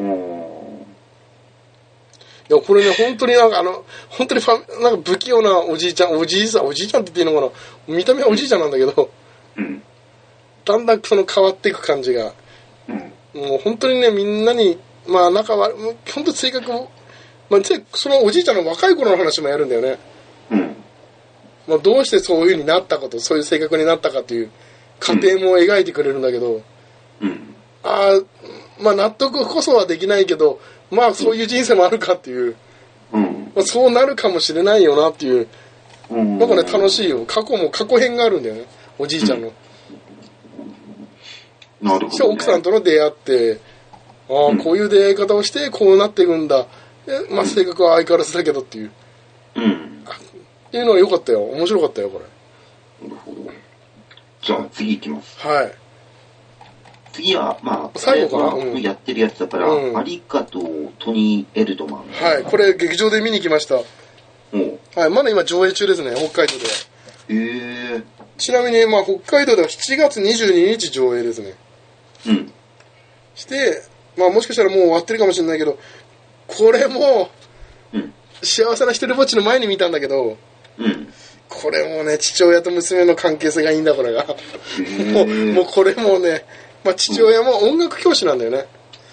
や、これね、本当になんか本当になんか不器用なおじいちゃんって言っていいのかな。見た目はおじいちゃんなんだけど、だんだんその変わっていく感じが。もう本当にね、みんなに、まあ仲は、本当に性格も、まあ、そのおじいちゃんの若い頃の話もやるんだよね。まあ、どうしてそういう風になったかと、そういう性格になったかという過程も描いてくれるんだけど、まあ納得こそはできないけど、まあそういう人生もあるかっていう、まあ、そうなるかもしれないよなっていう、なんかね、楽しいよ。過去編があるんだよね、おじいちゃんの。 なるほど、ね。 で奥さんとの出会って、こういう出会い方をしてこうなっていくんだ。まあ性格は相変わらずだけどっていう。っていうのは良かったよ。面白かったよ、これ。 なるほど。じゃあ次行きます。 はい。 次は、まあ、 最後かな、 やってるやつだから、ありがとう、トニー・エルドマン。 はい、これ劇場で見に来ました。はい、まだ今上映中ですね、北海道では。ちなみに、まあ、北海道では7月22日上映ですね。して、まあ、もしかしたらもう終わってるかもしれないけど、これも、幸せな一人ぼっちの前に見たんだけど、これもね、父親と娘の関係性がいいんだ、これが。もうこれもね、まあ、父親も音楽教師なんだよね。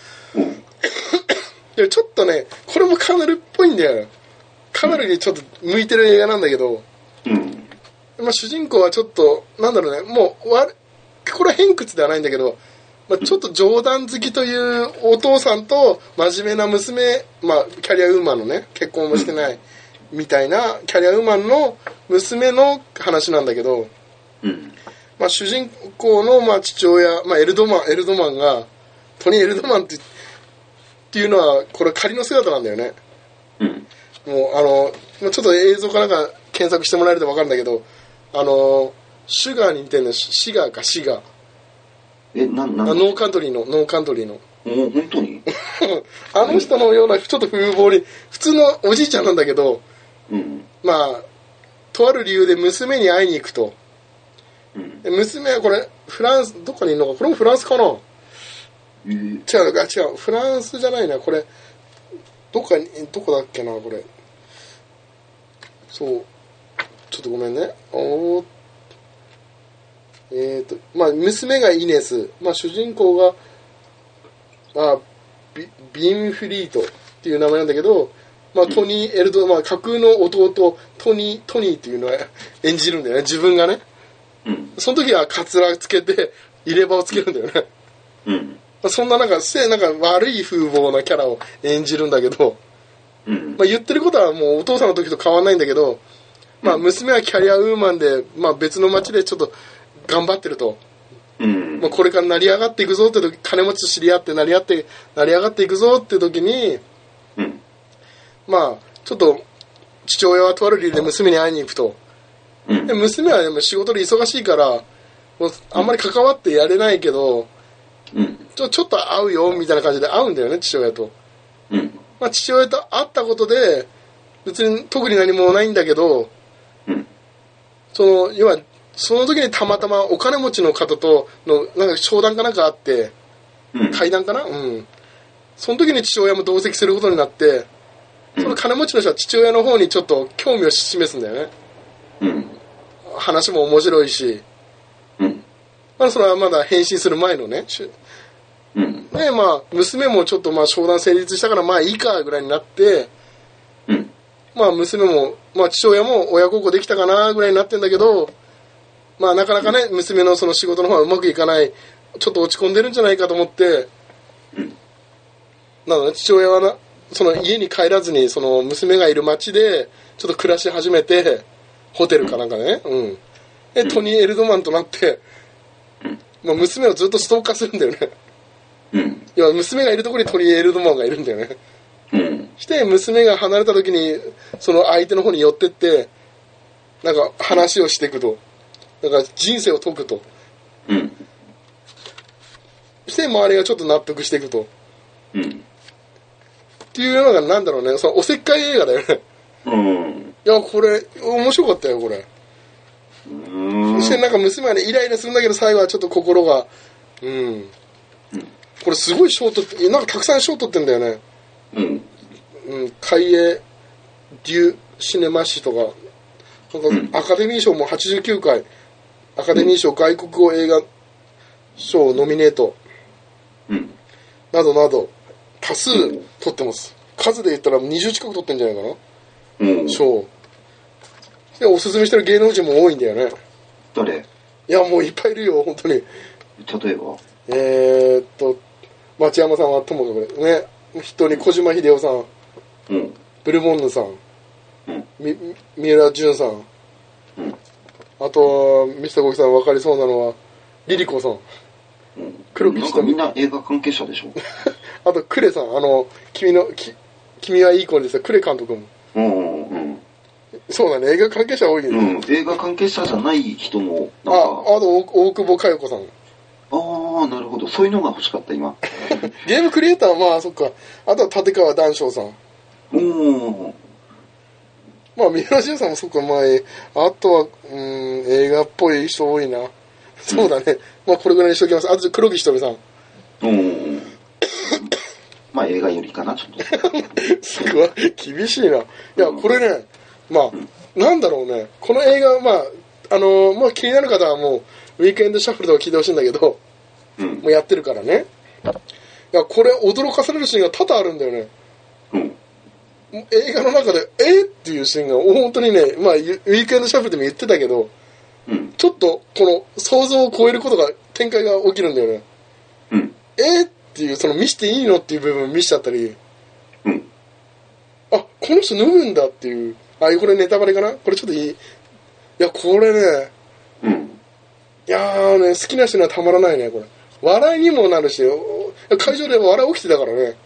でちょっとね、これもカナルっぽいんだよ。カナルにちょっと向いてる映画なんだけど、まあ、主人公はちょっと、なんだろうね、もう、これは偏屈ではないんだけど、まあ、ちょっと冗談好きというお父さんと真面目な娘、まあ、キャリアウーマンのね、結婚もしてないみたいなキャリアウーマンの娘の話なんだけど、まあ、主人公のまあ父親、まあ、エルドマンがトニー・エルドマンっていうのはこれ仮の姿なんだよね。もうちょっと映像かなんか検索してもらえると分かるんだけど、シュガーに似てるの、シガー。ノーカントリーの。 本当にあの人のようなちょっと風貌に、普通のおじいちゃんなんだけど、まあ、とある理由で娘に会いに行くと。娘はこれ、フランス、どこにいるのか、これもフランスかな、違う、フランスじゃないな、これ、どこだっけな、これ。そう、ちょっとごめんね。まあ、娘がイネス、まあ、主人公が、ビンフリートっていう名前なんだけど、まあ、トニー・エルド、まあ、架空の弟、トニーっていうのは演じるんだよね、自分がね。その時はカツラつけて、入れ歯をつけるんだよね。まあ、そんななんか悪い風貌なキャラを演じるんだけど、まあ、言ってることはもうお父さんの時と変わらないんだけど、まあ、娘はキャリアウーマンで、まあ、別の町でちょっと頑張ってると。まあ、これから成り上がっていくぞって時、金持ちと知り合って成り上がっていくぞって時に、まあちょっと父親はとある理由で娘に会いに行くと。で娘はでも仕事で忙しいからもうあんまり関わってやれないけど、ちょっと会うよみたいな感じで会うんだよね、父親と。まあ、父親と会ったことで別に特に何もないんだけど、要はその時にたまたまお金持ちの方とのなんか商談かなんかあって、会談かな、その時に父親も同席することになって、その金持ちの人は父親の方にちょっと興味を示すんだよね。話も面白いし、まあ、それはまだ変身する前のね。で、まあ、娘もちょっとまあ商談成立したからまあいいかぐらいになって、まあ娘も、まあ父親も親孝行できたかなぐらいになってんだけど、まあなかなかね、娘のその仕事の方はうまくいかない、ちょっと落ち込んでるんじゃないかと思って、なので父親はその家に帰らずにその娘がいる町でちょっと暮らし始めて、ホテルかなんかね、でトニー・エルドマンとなって、まあ、娘をずっとストーカーするんだよね。いや娘がいるところにトニー・エルドマンがいるんだよね。して娘が離れた時にその相手の方に寄ってってなんか話をしていくと、なんか人生を説くと。 して周りがちょっと納得していくと。 うん。 っていうのがなんだろうね、そのおせっかい映画だよね。 うん。 いや、これ、面白かったよ、これ。そしてなんか娘はね、イライラするんだけど、最後はちょっと心が、うん。これすごい賞取って、なんかたくさん賞取ってんだよね。 うん。 うん、カイエ・デュ・シネマ誌とか、なんかアカデミー賞も89回、アカデミー賞外国語映画賞ノミネート、 うん。 などなど、多数取ってます。数で言ったら20近く取ってんじゃないかな。 うん。 賞。で、おすすめしてる芸能人も多いんだよね。 誰？ いや、もういっぱいいるよ、本当に。 例えば？ 町山さんはともかくね、人に小島秀夫さん、 うん。 ブルボンヌさん、 うん。 三浦淳さん、 うん。 あと、ミスターコキさん分かりそうなのは、リリコさん。 うん。なんかみんな映画関係者でしょ。 あと、クレさん、君はいい子ですよ、クレ監督も。 うんうん。 そうだね、映画関係者多いけど、 うん、映画関係者じゃない人も、 なんか。あと、大久保佳代子さん。 ああ、なるほど。そういうのが欲しかった、今。 ゲームクリエイターは、まあ、そっか。あとは立川談笑さん。まあ、三浦淳さんもそっか、まあ、あとは、映画っぽい人多いな。そうだね。まあ、これぐらいにしときます。あと、黒木ひとみさん。 まあ、映画よりかな、ちょっと。すごい、厳しいな。いや、これね、まあ、なんだろうね。この映画、まあ、まあ、気になる方はもう、ウィークエンドシャッフルとか聞いてほしいんだけど、もうやってるからね。いや、これ、驚かされるシーンが多々あるんだよね。映画の中で、っていうシーンが、本当にね、まあ、ウィークエンドシャッフルでも言ってたけど、ちょっと、この、想像を超えることが、展開が起きるんだよね。っていう、その、見していいのっていう部分見しちゃったり、あ、この人脱ぐんだっていう、これネタバレかな？これちょっといい？いや、これね、いやーね、好きな人にはたまらないね、これ。笑いにもなるし、会場で笑い起きてたからね。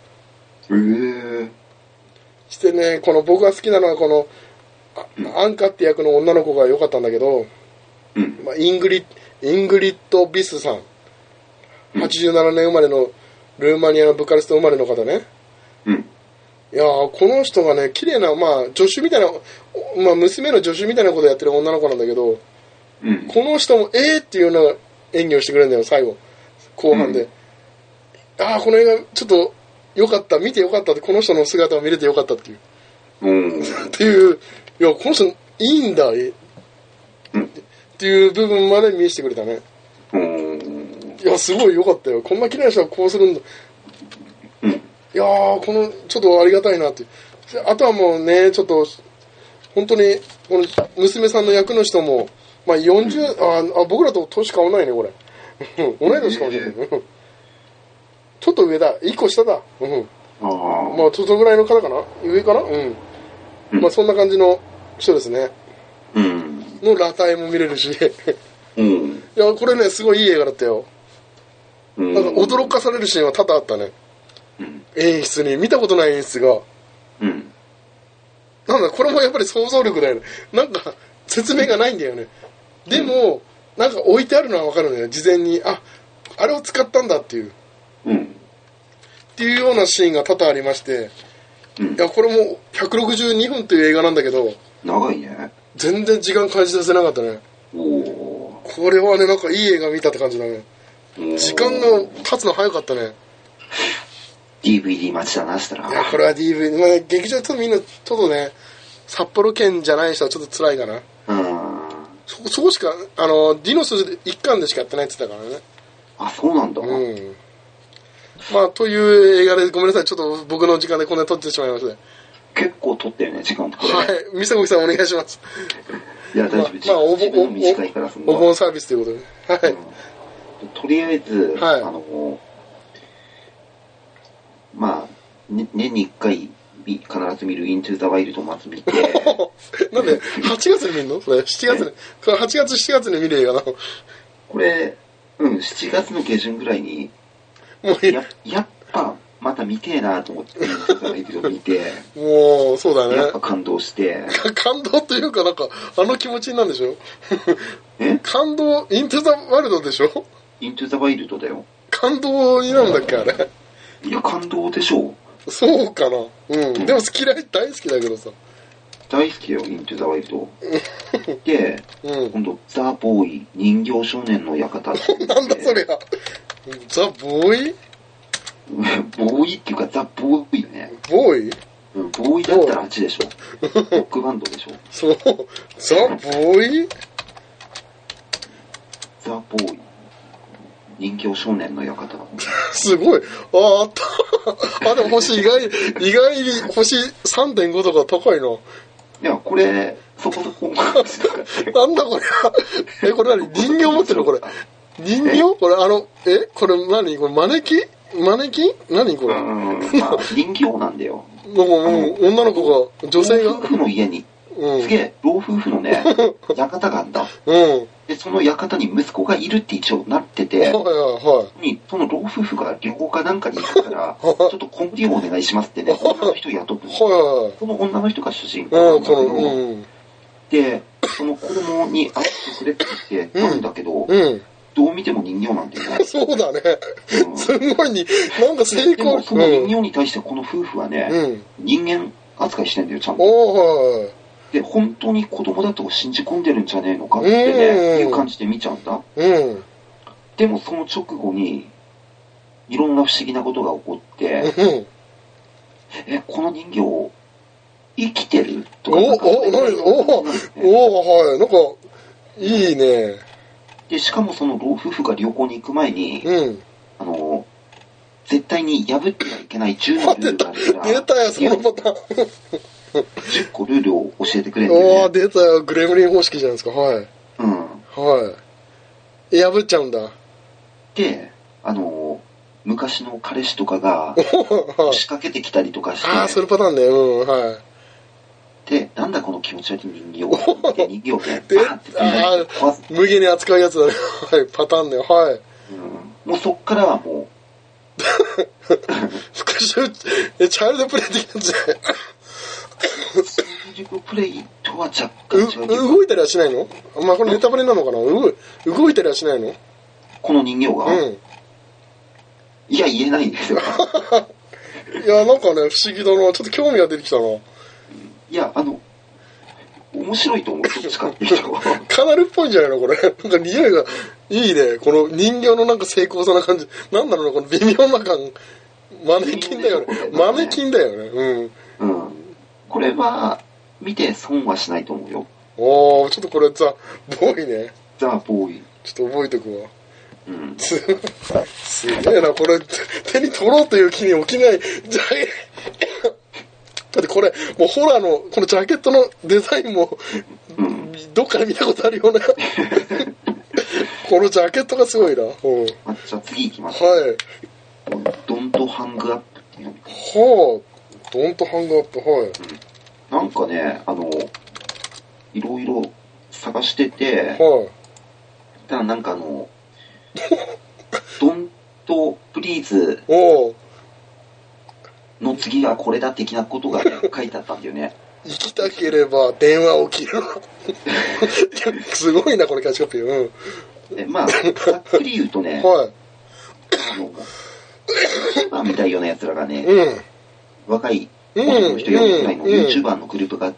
してね、この僕が好きなのはこの、アンカって役の女の子が良かったんだけど、まあ、イングリッド・ビスさん。87年生まれのルーマニアのブカレスト生まれの方ね。いやー、この人がね、綺麗な、まあ、助手みたいな、まあ、娘の助手みたいなことやってる女の子なんだけど、この人も、っていうような演技をしてくれるんだよ、最後。後半で。ああ、この映画、ちょっと、よかった、見てよかったって、この人の姿を見れてよかったっていう。っていう、いや、この人、いいんだ、っていう部分まで見せてくれたね。いや、すごいよかったよ。こんな綺麗な人はこうするんだ。いやー、ちょっとありがたいなって。あとはもうね、ちょっと、本当に、この娘さんの役の人も、まあ40、僕らと年変わんないね、これ。同い年かもしれない。ちょっと上だ。1個下だ。まあ、ちょっとぐらいの方かな？上かな？まあ、そんな感じの人ですね。の裸体も見れるし。いや、これね、すごいいい映画だったよ。なんか驚かされるシーンは多々あったね。演出に見たことない演出が、なんだこれもやっぱり想像力だよね。なんか説明がないんだよね。でもなんか置いてあるのは分かるんだよ、事前に。あれを使ったんだっていう、っていうようなシーンが多々ありまして、いやこれも162分という映画なんだけど、 長いね。 全然時間感じさせなかったね。これはね、なんかいい映画見たって感じだね。時間が経つの早かったね。 DVD 待ちだな、したら。 いや、これは DVD、まあ、劇場ちょっとみんな、ちょっとね、札幌県じゃない人はちょっと辛いかな。そこしか、ディノス1巻でしかやってないって言ってたからね。 あ、そうなんだ。 まあ、という映画で、ごめんなさい、ちょっと僕の時間でこんなに撮ってしまいました。 結構撮ってるね、時間とか。 はい、ミサコキさんお願いします。 いや、大丈夫。まあ、 お盆サービスということで。はい。 とりあえず、まあ、年に1回必ず見るイントゥーザワイルドをまず見て。 なんで、8月に見るのそれ、7月に。8月、7月に見る映画なの。 これ、7月の下旬ぐらいに、やっぱ、また見てえなと思って、イントゥーザワイルドを見て。 もう、そうだね。 やっぱ感動して。 感動というか、なんか、気持ちになるんでしょ？感動、イントゥーザワイルドでしょ？ イントゥーザワイルドだよ。 感動になるんだっけ、あれ。 いや、感動でしょう。そうかな。うん。でも大好きだけどさ。 大好きよ、イントゥザワイルド。で、今度、ザ・ボーイ、人形少年の館。 なんだそりゃ。ザ・ボーイボーイっていうか、ザ・ボーイよね。 ボーイボーイだったら8でしょ。ロックバンドでしょ。 そう。ザ・ボーイザ・ボーイ。人形少年の館。 すごい。あった。あ、でも星意外に星 3.5 とか高いな。 いや、これ、そこそこ。 なんだこれ。これ何人形持ってるこれ。人形これこれ何これマネキン何これ。 まあ、人形なんだよ。 女の子が、女性が。 老夫婦の家に、すげえ、老夫婦のね、館があった。で、その館に息子がいるって一応なってて、その老夫婦が旅行かなんかに行くから、ちょっとコンビをお願いしますってね、女の人雇ってその女の人が主人公なんだけど、で、その子供に会ってくれって言って会うんだけど、どう見ても人形なんだよね。 そうだね。すごいに、なんか成功。 でもその人形に対してこの夫婦はね、人間扱いしてんだよ、ちゃんと。で、本当に子供だと信じ込んでるんじゃねえのかってね、いう感じで見ちゃうんだ。でもその直後に、いろんな不思議なことが起こって、この人形、生きてるとかなんか。はい、 なんか、いいね。 で、しかもその老夫婦が旅行に行く前に、絶対に破ってはいけない10のルールがあるから。 出たよ、そのパターン。 10個ルールを教えてくれるんだよね。 出たよ、グレムリン方式じゃないですか、はい。はい。破っちゃうんだ。 で、昔の彼氏とかが、仕掛けてきたりとかして。 そういうパターンね、はい。 で、なんだこの気持ち悪い人形で人形でバーって無限に扱うやつだね。はい、パターンね、はい。 もうそっからはもう。 復讐、チャイルドプレイ的なやつじゃない。 チャイルドプレイとは若干違う。 動いたりはしないの？まあこれネタバレなのかな？動いたりはしないの？ この人形が？いや、言えないんですよ。 いや、なんかね、不思議だな。ちょっと興味が出てきたな。 いや、面白いと思う、どっちかっていうと。 カナルっぽいんじゃないのこれ。なんか匂いがいいね。この人形のなんか精巧さな感じ。なんだろうな、この微妙な感。マネキンだよね。マネキンだよね。 これは、見て損はしないと思うよ。 ちょっとこれザ・ボーイね。 ザ・ボーイ。 ちょっと覚えてくわ。すげえな、これ、手に取ろうという気に起きない。だってこれ、もうホラーの、このジャケットのデザインも、どっかで見たことあるような。このジャケットがすごいな。 じゃあ次行きます。 はい。 ドントハングアップっていう。 ドントハングアップ、はい。 なんかね、いろいろ探してて、ただなんかドントプリーズの次はこれだ的なことが、ね、書いてあったんだよね。 行きたければ電話を切る。すごいな、これキャッチコピー。 まあ、ざっくり言うとね、YouTuber みたいような奴らがね、若い男の人4人くらいの YouTuber のグループがあって、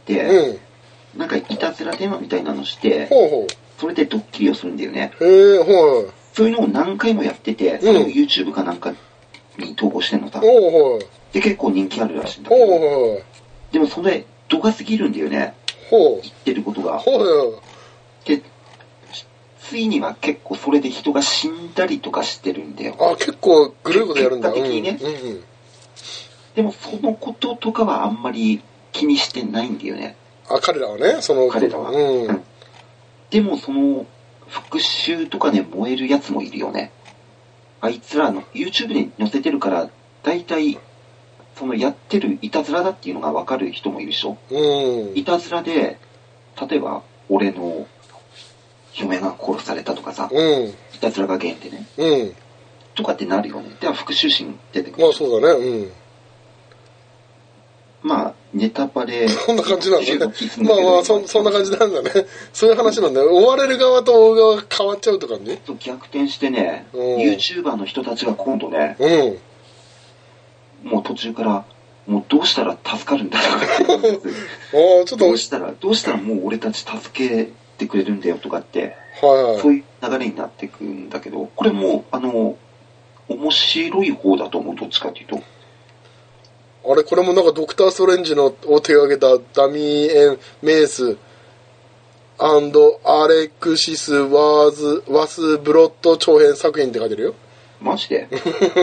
なんかいたずら電話みたいなのして、それでドッキリをするんだよね。そういうのを何回もやってて、それを YouTube かなんかに投稿してんのさ。で、結構人気あるらしいんだけど。でもそれ、度が過ぎるんだよね。言ってることが。で、ついには結構それで人が死んだりとかしてるんだよ。 結構グループでやるんだ。 結果的にね。でもそのこととかはあんまり気にしてないんだよね。 彼らはね、 彼らは。でもその、復讐とかね、燃えるやつもいるよね。あいつらの YouTube に載せてるから、大体、そのやってるいたずらだっていうのが分かる人もいるでしょ。いたずらで、例えば、俺の嫁が殺されたとかさ、いたずらが原因でね。とかってなるよね。では復讐心出てくる。 そうだね。 まあ、 ネタバレ。 そんな感じなんだね。まあまあ、そんな感じなんだね。そういう話なんだよ。追われる側と追う側が変わっちゃうって感じ？ 逆転してね、YouTuber の人たちが今度ね、もう途中から、もうどうしたら助かるんだとかってちょっとどうしたらもう俺たち助けてくれるんだよとかって、そういう流れになっていくんだけど、これも面白い方だと思う、どっちかっていうと。 あれ、これもなんかドクター・ストレンジを手掛けたダミー・エン・メイスアレクシス・ワス・ブロット長編作品って書いてるよ。 マジで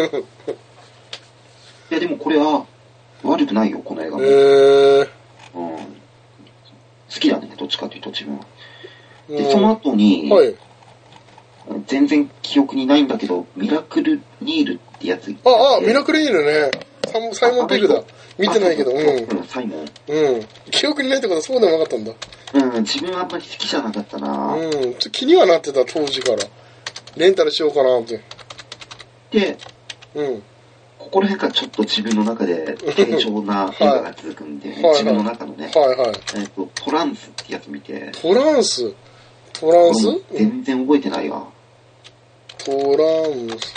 いや、でもこれは悪くないよ、この映画も。好きだね、どっちかっていうと自分は。で、その後に、全然記憶にないんだけど、ミラクル・ニールってやつ。 ミラクル・ニールね。サイモン・ペグだ。見てないけど、 サイモン。 記憶にないってことはそうでもなかったんだ。 自分はあんまり好きじゃなかったな。 ちょっと気にはなってた、当時から。レンタルしようかなって。 で、ここら辺からちょっと自分の中で低調な変化が続くんで、自分の中のね、トランスってやつ見て。 トランス全然覚えてないわ。 トランス。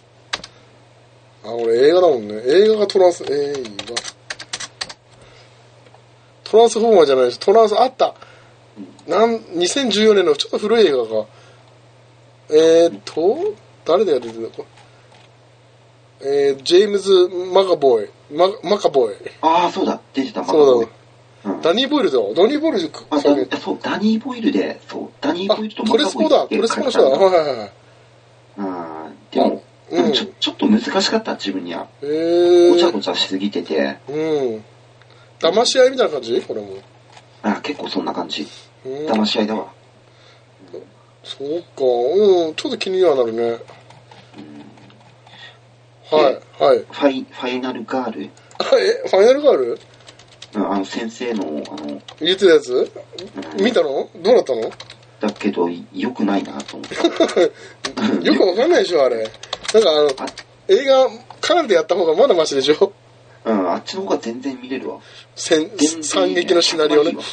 俺映画だもんね。映画がトランスフォーマーじゃないし、トランスあった。2014年のちょっと古い映画か。誰でやってるの？ジェームズ・マカボーイ。 ああ、そうだ。出てた、マカボーイ。ダニー・ボイルだ。ダニー・ボイルそう、ダニー・ボイルで、ダニー・ボイルとマカボーイ。 トレスポだ。トレスポの人だ。 でも、ちょっと難しかった、自分には。ごちゃごちゃしすぎてて。 騙し合いみたいな感じ？これも。 結構そんな感じ。騙し合いだわ。 そうか。ちょっと気にはなるね。ファイナルガール。 ファイナルガール？ 先生の、 言ってたやつ？見たの？どうなったの？ だけど、良くないなと思った。 よくわかんないでしょ、あれ。なんか映画、カナルでやった方がまだマシでしょ？ あっちの方が全然見れるわ。 惨劇のシナリオね。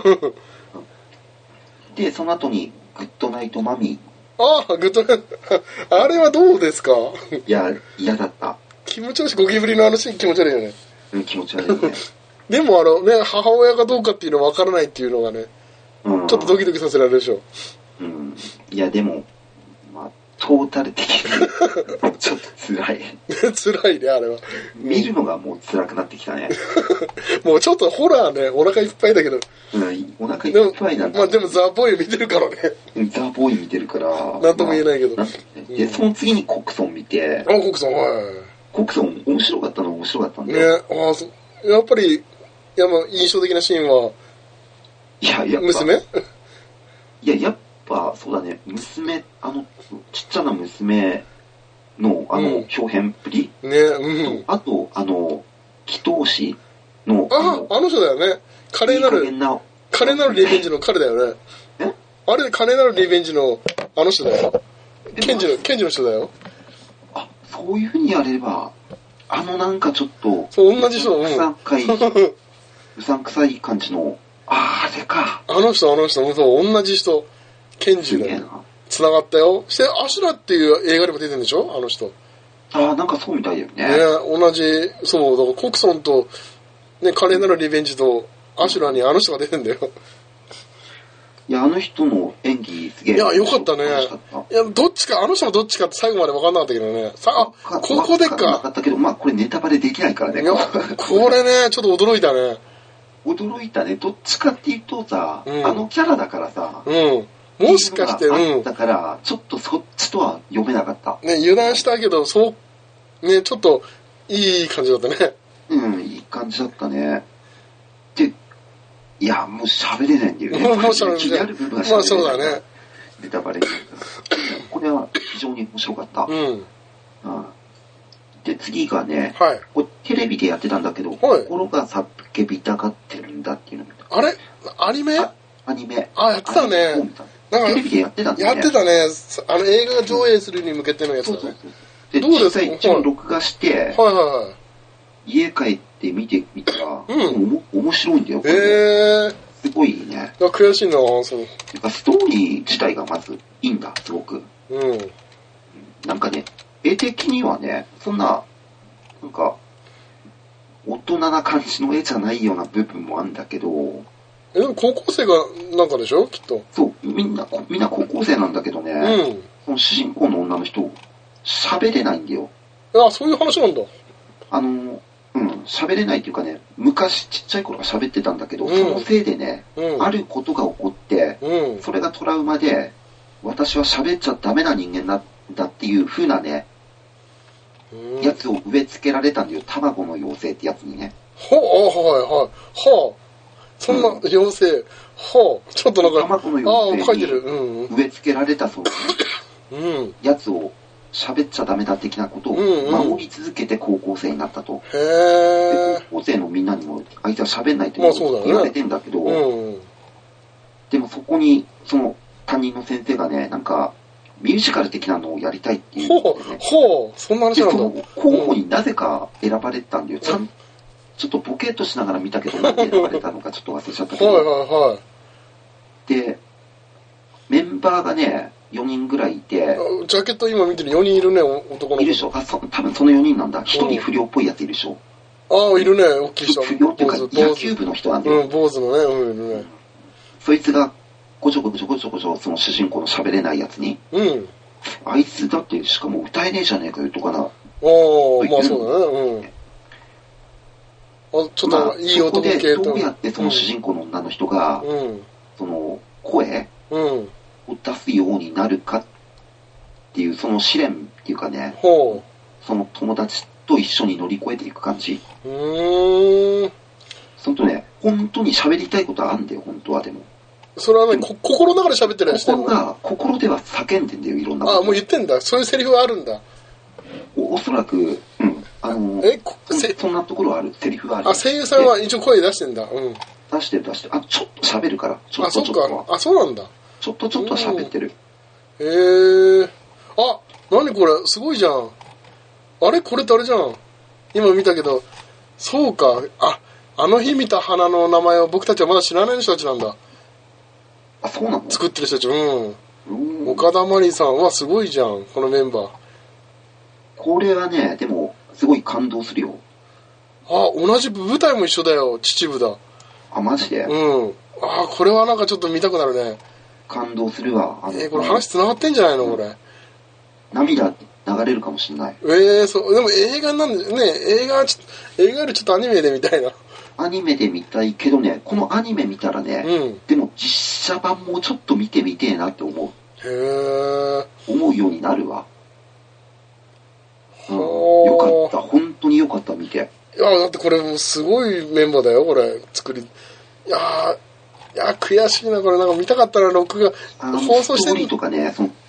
で、その後に、グッドナイトマミー。 グッドナイト。あれはどうですか？ いや、嫌だった。 気持ち悪いし、ゴキブリのあのシーン気持ち悪いよね。 気持ち悪いね。 でも母親がどうかっていうのは分からないっていうのがね、ちょっとドキドキさせられるでしょ。 いや、でも、トータル的に、ちょっと辛い。 辛いね、あれは。 見るのがもう辛くなってきたね。 もうちょっとホラーね、お腹いっぱいだけど。 お腹いっぱいなんだ。 でもザ・ボーイ見てるからね。 ザ・ボーイ見てるから。 なんとも言えないけど。 で、その次にコクソン見て。 コクソン、 コクソン面白かったんだね。やっぱり、印象的なシーンは、娘？ やっぱ、そうだね、娘、ちっちゃな娘の、表現ぶり。あと、祈祷師の。 あの人だよね。華麗なるリベンジの彼だよね。あれ、華麗なるリベンジの、あの人だよ。ケンジの人だよ。 そういう風にやれれば、なんかちょっと、 そう、同じ人。 うさんくさい感じの、あれか。 あの人、そう、同じ人。ケンジだよ。繋がったよ。して、アシュラっていう映画にも出てるんでしょ？あの人。 なんかそうみたいだよね。 同じ、そう、だからコクソンと、ね、華麗なるリベンジと、アシュラにあの人が出てんだよ。 いや、あの人の演技すげえ。 いや、よかったね。いや、どっちか、あの人がどっちかって最後まで分かんなかったけどね。ここでか。 分かんなかったけど、これネタバレできないからね。 いや、これね、ちょっと驚いたね。 驚いたね。どっちかっていうとさ、キャラだからさ、 もしかして、 だから、ちょっとそっちとは読めなかった。 ね、油断したけど、ちょっと、いい感じだったね。 いい感じだったね。で、いや、もう喋れないんだよね。 もう喋れない。 気になる部分は喋れない。 まあそうだね。 ネタバレになった。これは非常に面白かった。で、次がね、これテレビでやってたんだけど、心が叫びたがってるんだっていうのを見た。 あれアニメ？ やってたね。なんかテレビでやってたんだよね。 やってたね。映画が上映するに向けてのやつだね。 で、実際一応録画して、家帰っで見てみたら、 面白いんだよ。すごいね。 悔しいなその。 ストーリー自体がまずいいんだ、すごく。なんかね、絵的にはね、そんな、なんか、大人な感じの絵じゃないような部分もあるんだけど。 でも高校生がなんかでしょきっと。 そう、みんな高校生なんだけどね、その主人公の女の人、喋れないんだよ。 そういう話なんだ。 喋れないっていうかね、昔ちっちゃい頃は喋ってたんだけど、そのせいでね、あることが起こって、それがトラウマで、私は喋っちゃダメな人間だっていう風なね、やつを植え付けられたんだよ。卵の妖精ってやつにね。 そんな妖精、ちょっとなんか、 卵の妖精に植え付けられたそうね、やつを喋っちゃダメだ的なことを守り続けて高校生になったと。で高校生のみんなにも、あいつは喋んないって言われてんだけど、でもそこに、その担任の先生がね、なんか、ミュージカル的なのをやりたいっていうことでね。 そんな話なんだ。 その候補になぜか選ばれたんだよ。ちょっとボケっとしながら見たけど、なんで選ばれたのかちょっと忘れちゃったけど。で、メンバーがね、4人ぐらいいて。 ジャケット今見てる4人いるね、男の子。 いるでしょ。多分その4人なんだ。1人不良っぽいやついるでしょ。 いるね、大きい人。 不良っていうか、野球部の人なんだよ。 坊主のね、いるね。 そいつが、ごちょごちょ、その主人公の喋れないやつに。あいつだって、しかも歌えねえじゃねえかよとかな。 まあそうだね。ちょっといい男系と。 どうやってその主人公の女の人が、その声を出すようになるかっていう、その試練っていうかね、その友達と一緒に乗り越えていく感じ。そんとね、本当に喋りたいことはあるんだよ、本当はでも。 それはね、心の中で喋ってるやつしてるの？ 心では叫んでんだよ、いろんなこと。 もう言ってんだ。そういうセリフがあるんだ。 おそらく、そんなところはある、セリフがある。 声優さんは一応声出してんだ。 出してる。ちょっと喋るから。ちょっとそうなんだ。 ちょっと喋ってる。 何これ、すごいじゃん。あれこれってあれじゃん。今見たけど、そうか。あの日見た花の名前を僕たちはまだ知らない人たちなんだ。 そうなの？ 作ってる人たち。岡田真理さんはすごいじゃん、このメンバー。 これはね、でも、すごい感動するよ。 同じ舞台も一緒だよ、秩父だ。 マジで？ これはなんかちょっと見たくなるね。 感動するわ。 これ話繋がってんじゃないの、これ。 涙流れるかもしれない。 そう。でも映画なんでね、映画よりちょっとアニメで見たいな。 アニメで見たいけどね、このアニメ見たらね、でも実写版もちょっと見てみてえなって思う。思うようになるわ。よかった。本当によかった、見て。 だってこれもうすごいメンバーだよ、これ。作り。悔しいな、これ。なんか見たかったら録画、放送してる。 ストーリーとかね、その、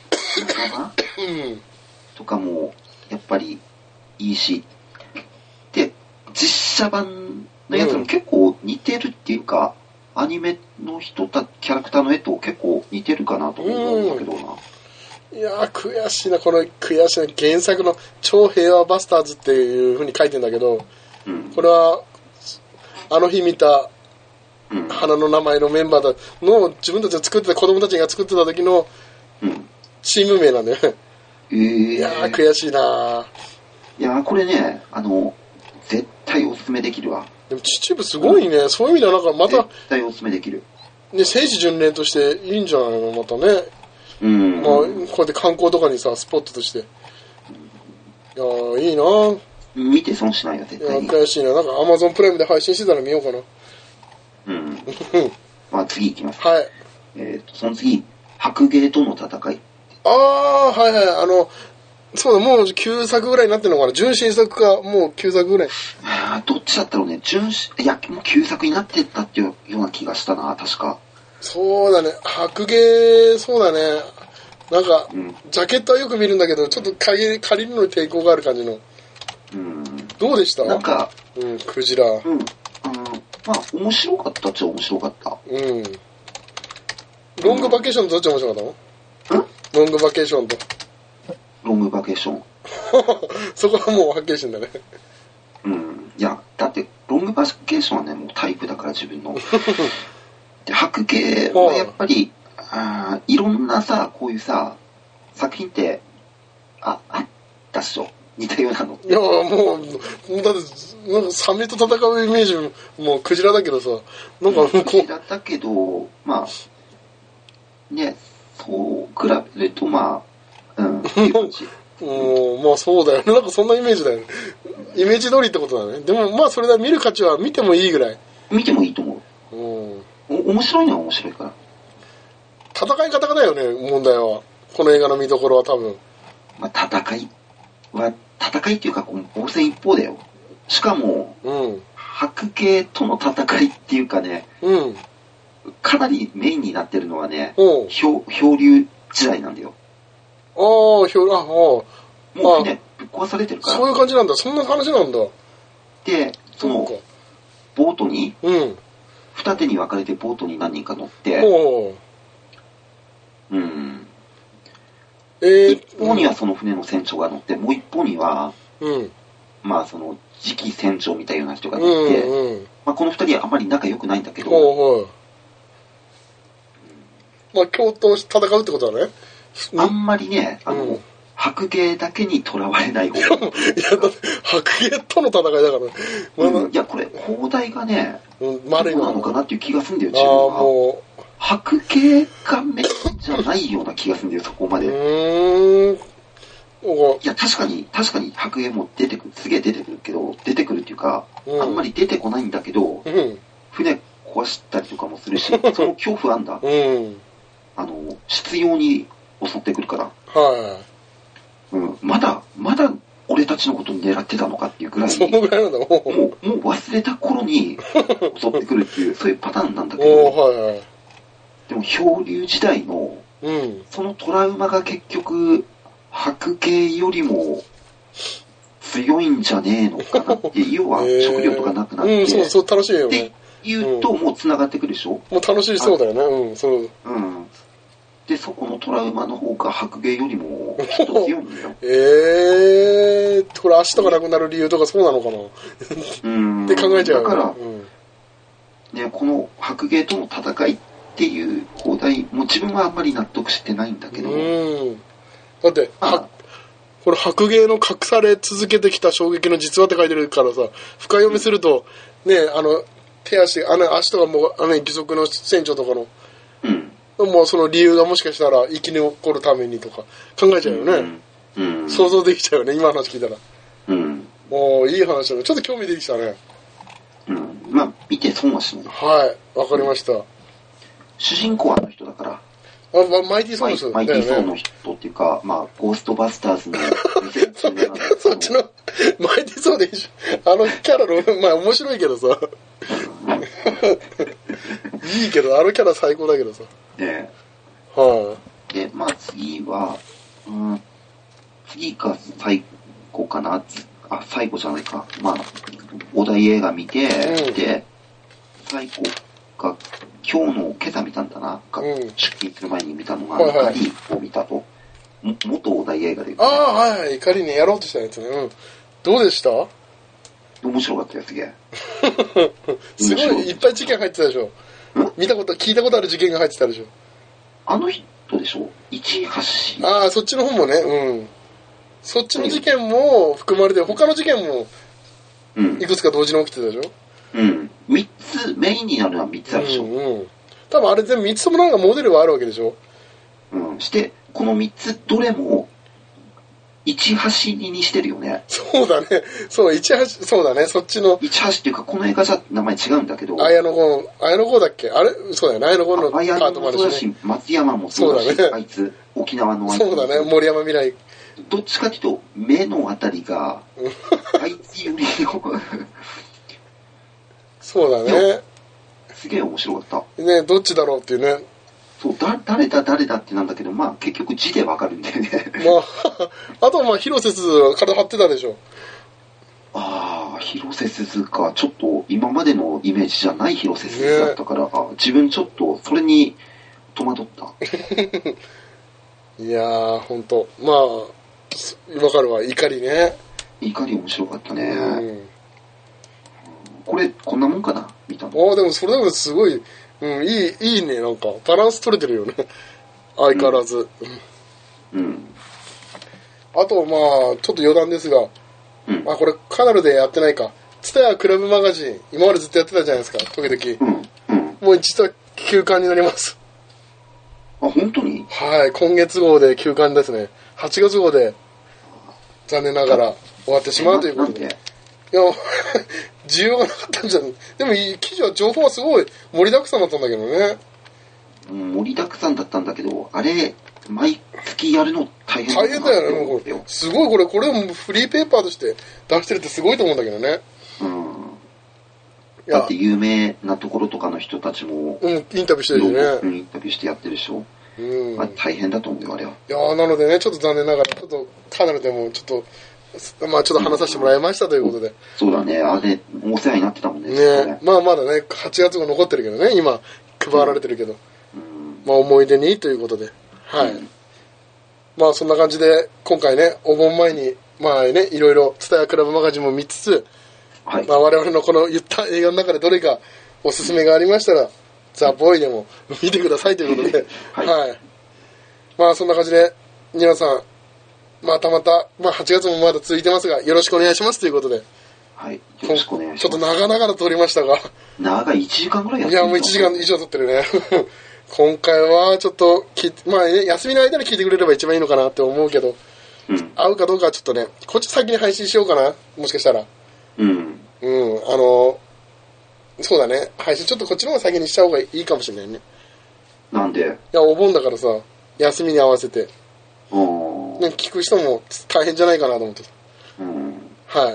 とかも、やっぱり、いいし。で、実写版のやつも結構似てるっていうか、アニメのキャラクターの絵と結構似てるかなと思うんだけどな。 悔しいな、これ悔しいな。原作の超平和バスターズっていう風に書いてんだけど、これは、あの日見た花の名前のメンバーの自分たちが作ってた子供たちが作ってた時のチーム名なんだよね。悔しいな。 これね、絶対おすすめできるわ。 でも秩父すごいね、そういう意味ではなんかまた絶対おすすめできる。 聖地巡礼としていいんじゃないの、またね。こうやって観光とかにさ、スポットとして。いいな。 見て損しないよ、絶対に。 悔しいな。なんか Amazon プライムで配信してたら見ようかな。 次行きます。 はい。 その次、白芸との戦い。 そうだ、もう9作ぐらいになってるのかな。純新作か、もう9作ぐらい。 どっちだったろうね。もう9作になってったっていうような気がしたな、確か。 そうだね。白芸、そうだね。なんか、ジャケットはよく見るんだけど、ちょっと借りるのに抵抗がある感じの。どうでした？ なんか、 クジラ。 面白かったっちゃ面白かった。 ロングバケーションとどっちが面白かったの？ロングバケーションと。 ロングバケーション。 そこはもうはっきりしてんだね。 だって、 ングバケーションはね、もうタイプだから自分の。で、白芸はやっぱり、いろんなさ、こういうさ、作品って、あったっしょ。似たようなの。 いや、もう、だって、なんかサメと戦うイメージもうクジラだけどさ、なんかクジラだけど、まあ、ね、そう比べると、まあ、っていう感じ。 まあそうだよね。なんかそんなイメージだよね。イメージ通りってことだね。でもまあそれで見る価値は見てもいいぐらい。 見てもいいと思う。面白いのは面白いから。 戦い方だよね、問題は。この映画の見どころは多分。 まあ戦いっていうか、防戦一方だよ。しかも、白芸との戦いっていうかね、かなりメインになってるのはね、漂流時代なんだよ。もう船ぶっ壊されてるから。 そういう感じなんだ。そんな話なんだ。 で、そのボートに、二手に分かれてボートに何人か乗って、一方にはその船の船長が乗って、もう一方には、まあその次期船長みたいな人が乗って、まあこの二人はあまり仲良くないんだけど、 まあ共闘して戦うってことだね。 あんまりね、白芸だけにとらわれない方がいや、だって白芸との戦いだからね。いや、これ放題がね、どうなのかなっていう気がするんだよ、自分は。白芸がメインじゃないような気がするんだよ、そこまで。いや、確かに白芸もすげえ出てくるけど、出てくるっていうか、あんまり出てこないんだけど、船壊したりとかもするし、その恐怖あんだ。執拗に襲ってくるから。まだ俺たちのことを狙ってたのかっていうぐらいに、 そのぐらいなんだ。 もう忘れた頃に襲ってくるっていう、そういうパターンなんだけど、でも漂流時代の、そのトラウマが結局、白芸よりも強いんじゃねえのかなって、要は食料とかなくなって、 そう楽しいよね。 って言うともう繋がってくるでしょ。 もう楽しそうだよね。 で、そこのトラウマの方が白芸よりもきっと強いんだよ。 これ足とかなくなる理由とかそうなのかなって考えちゃう。 だから、ね、この白芸との戦いっていう放題も自分はあんまり納得してないんだけど。 だって、これ白芸の隠され続けてきた衝撃の実話って書いてるからさ、深読みすると、ね、手足、足とかも義足の船長とかの、もうその理由がもしかしたら生き残るためにとか考えちゃうよね。想像できちゃうよね、今の話聞いたら。もういい話だね。ちょっと興味出てきたね。 まあ、見て損はしない。 はい、わかりました。 主人公はあの人だから。 マイティーソーの人マイティーソーの人っていうか、まあ、ゴーストバスターズのそっちの、マイティーソーでいいじゃん。キャラの、まあ面白いけどさ。いいけど、キャラ最高だけどさ。 で、まあ次は、次が最後かな。最後じゃないか。まあ、お題映画見て、で、最後が、今朝見たんだな。出勤する前に見たのが、怒りを見たと。元お題映画で。 怒りね、やろうとしたやつね。どうでした？ 面白かったよ、すげえ。 すごい、いっぱい事件入ってたでしょ。聞いたことある事件が入ってたでしょ。 あの人でしょ？市橋。 そっちの方もね、そっちの事件も含まれて、他の事件も、いくつか同時に起きてたでしょ。 3つ、メインになるのは3つあるでしょ。 多分あれ全部3つともなんかモデルはあるわけでしょ。 して、この3つどれも、市橋にしてるよね。 そうだね。そう、そうだね。そっちの。 市橋っていうか、この映画じゃ名前違うんだけど。 綾野剛だっけ？あれそうだよね。綾野剛のパートもあるし、ね。 そうだし、松山もそうだし、あいつ、沖縄のあいつ。 そうだね。森山未来。 どっちかっていうと、目のあたりが、あいつよりの。 そうだね。 すげえ面白かった。 ね、どっちだろうっていうね。 そう、誰だってなんだけど、まあ結局字でわかるんだよね。 あとは広瀬すず体張ってたでしょ。 広瀬すずか。ちょっと今までのイメージじゃない広瀬すずだったから、自分ちょっとそれに戸惑った。 いやー、ほんと。まあ、わかるわ。怒りね。 怒り面白かったね。 これ、こんなもんかな見たの。 でもそれでもすごい、いいね、なんか、バランス取れてるよね。相変わらず。あと、まあ、ちょっと余談ですが、これ、カナルでやってないか。ツタヤクラブマガジン、今までずっとやってたじゃないですか、時々。もう実は休刊になります。 あ、本当に？ はい、今月号で休刊ですね。8月号で、残念ながら終わってしまうということで。いや、需要がなかったんじゃん。でも、記事は情報はすごい盛りだくさんだったんだけどね。 盛りだくさんだったんだけど、あれ、毎月やるの大変だよね、もうこれ。すごい、これもフリーペーパーとして出してるってすごいと思うんだけどね。 だって有名なところとかの人たちも、 インタビューしてるよね。インタビューしてやってるでしょ。大変だと思うよ、あれは。 いやなのでね、ちょっと残念ながら、ちょっとカナルでもちょっと、まあちょっと話させてもらいましたということで。 そうだね、あれ、お世話になってたもんね。 ね、まあまだね、8月も残ってるけどね、今、配られてるけど。まあ思い出にということで。はい。まあそんな感じで、今回ね、お盆前に、まあね、いろいろ、ツタヤクラブマガジンも見つつ、まあ我々のこの言った映画の中でどれかおすすめがありましたら、ザ・ボーイでも見てくださいということで、はい。まあそんな感じで、皆さん、まあまた、まあ8月もまだ続いてますが、よろしくお願いしますということで。 はい。よろしくお願いします。 ちょっと長々と撮りましたが。 長い1時間ぐらいやってる。いや、もう1時間以上撮ってるね。今回はちょっと、まあね、休みの間に聞いてくれれば一番いいのかなって思うけど、合うかどうかはちょっとね、こっち先に配信しようかな、もしかしたら。そうだね、配信ちょっとこっちの方が先にした方がいいかもしれないね。 なんで？ いや、お盆だからさ、休みに合わせて。聞く人も大変じゃないかなと思って。はい。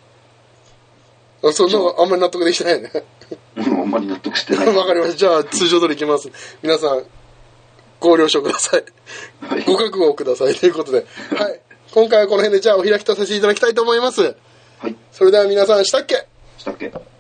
そんなのあんまり納得できてないね。 あんまり納得してない。 わかりました。じゃあ、通常通りいきます。皆さん、ご了承ください。ご覚悟ください。ということで。はい。今回はこの辺で、じゃあ、お開きとさせていただきたいと思います。 はい。 それでは皆さん、したっけ？ したっけ？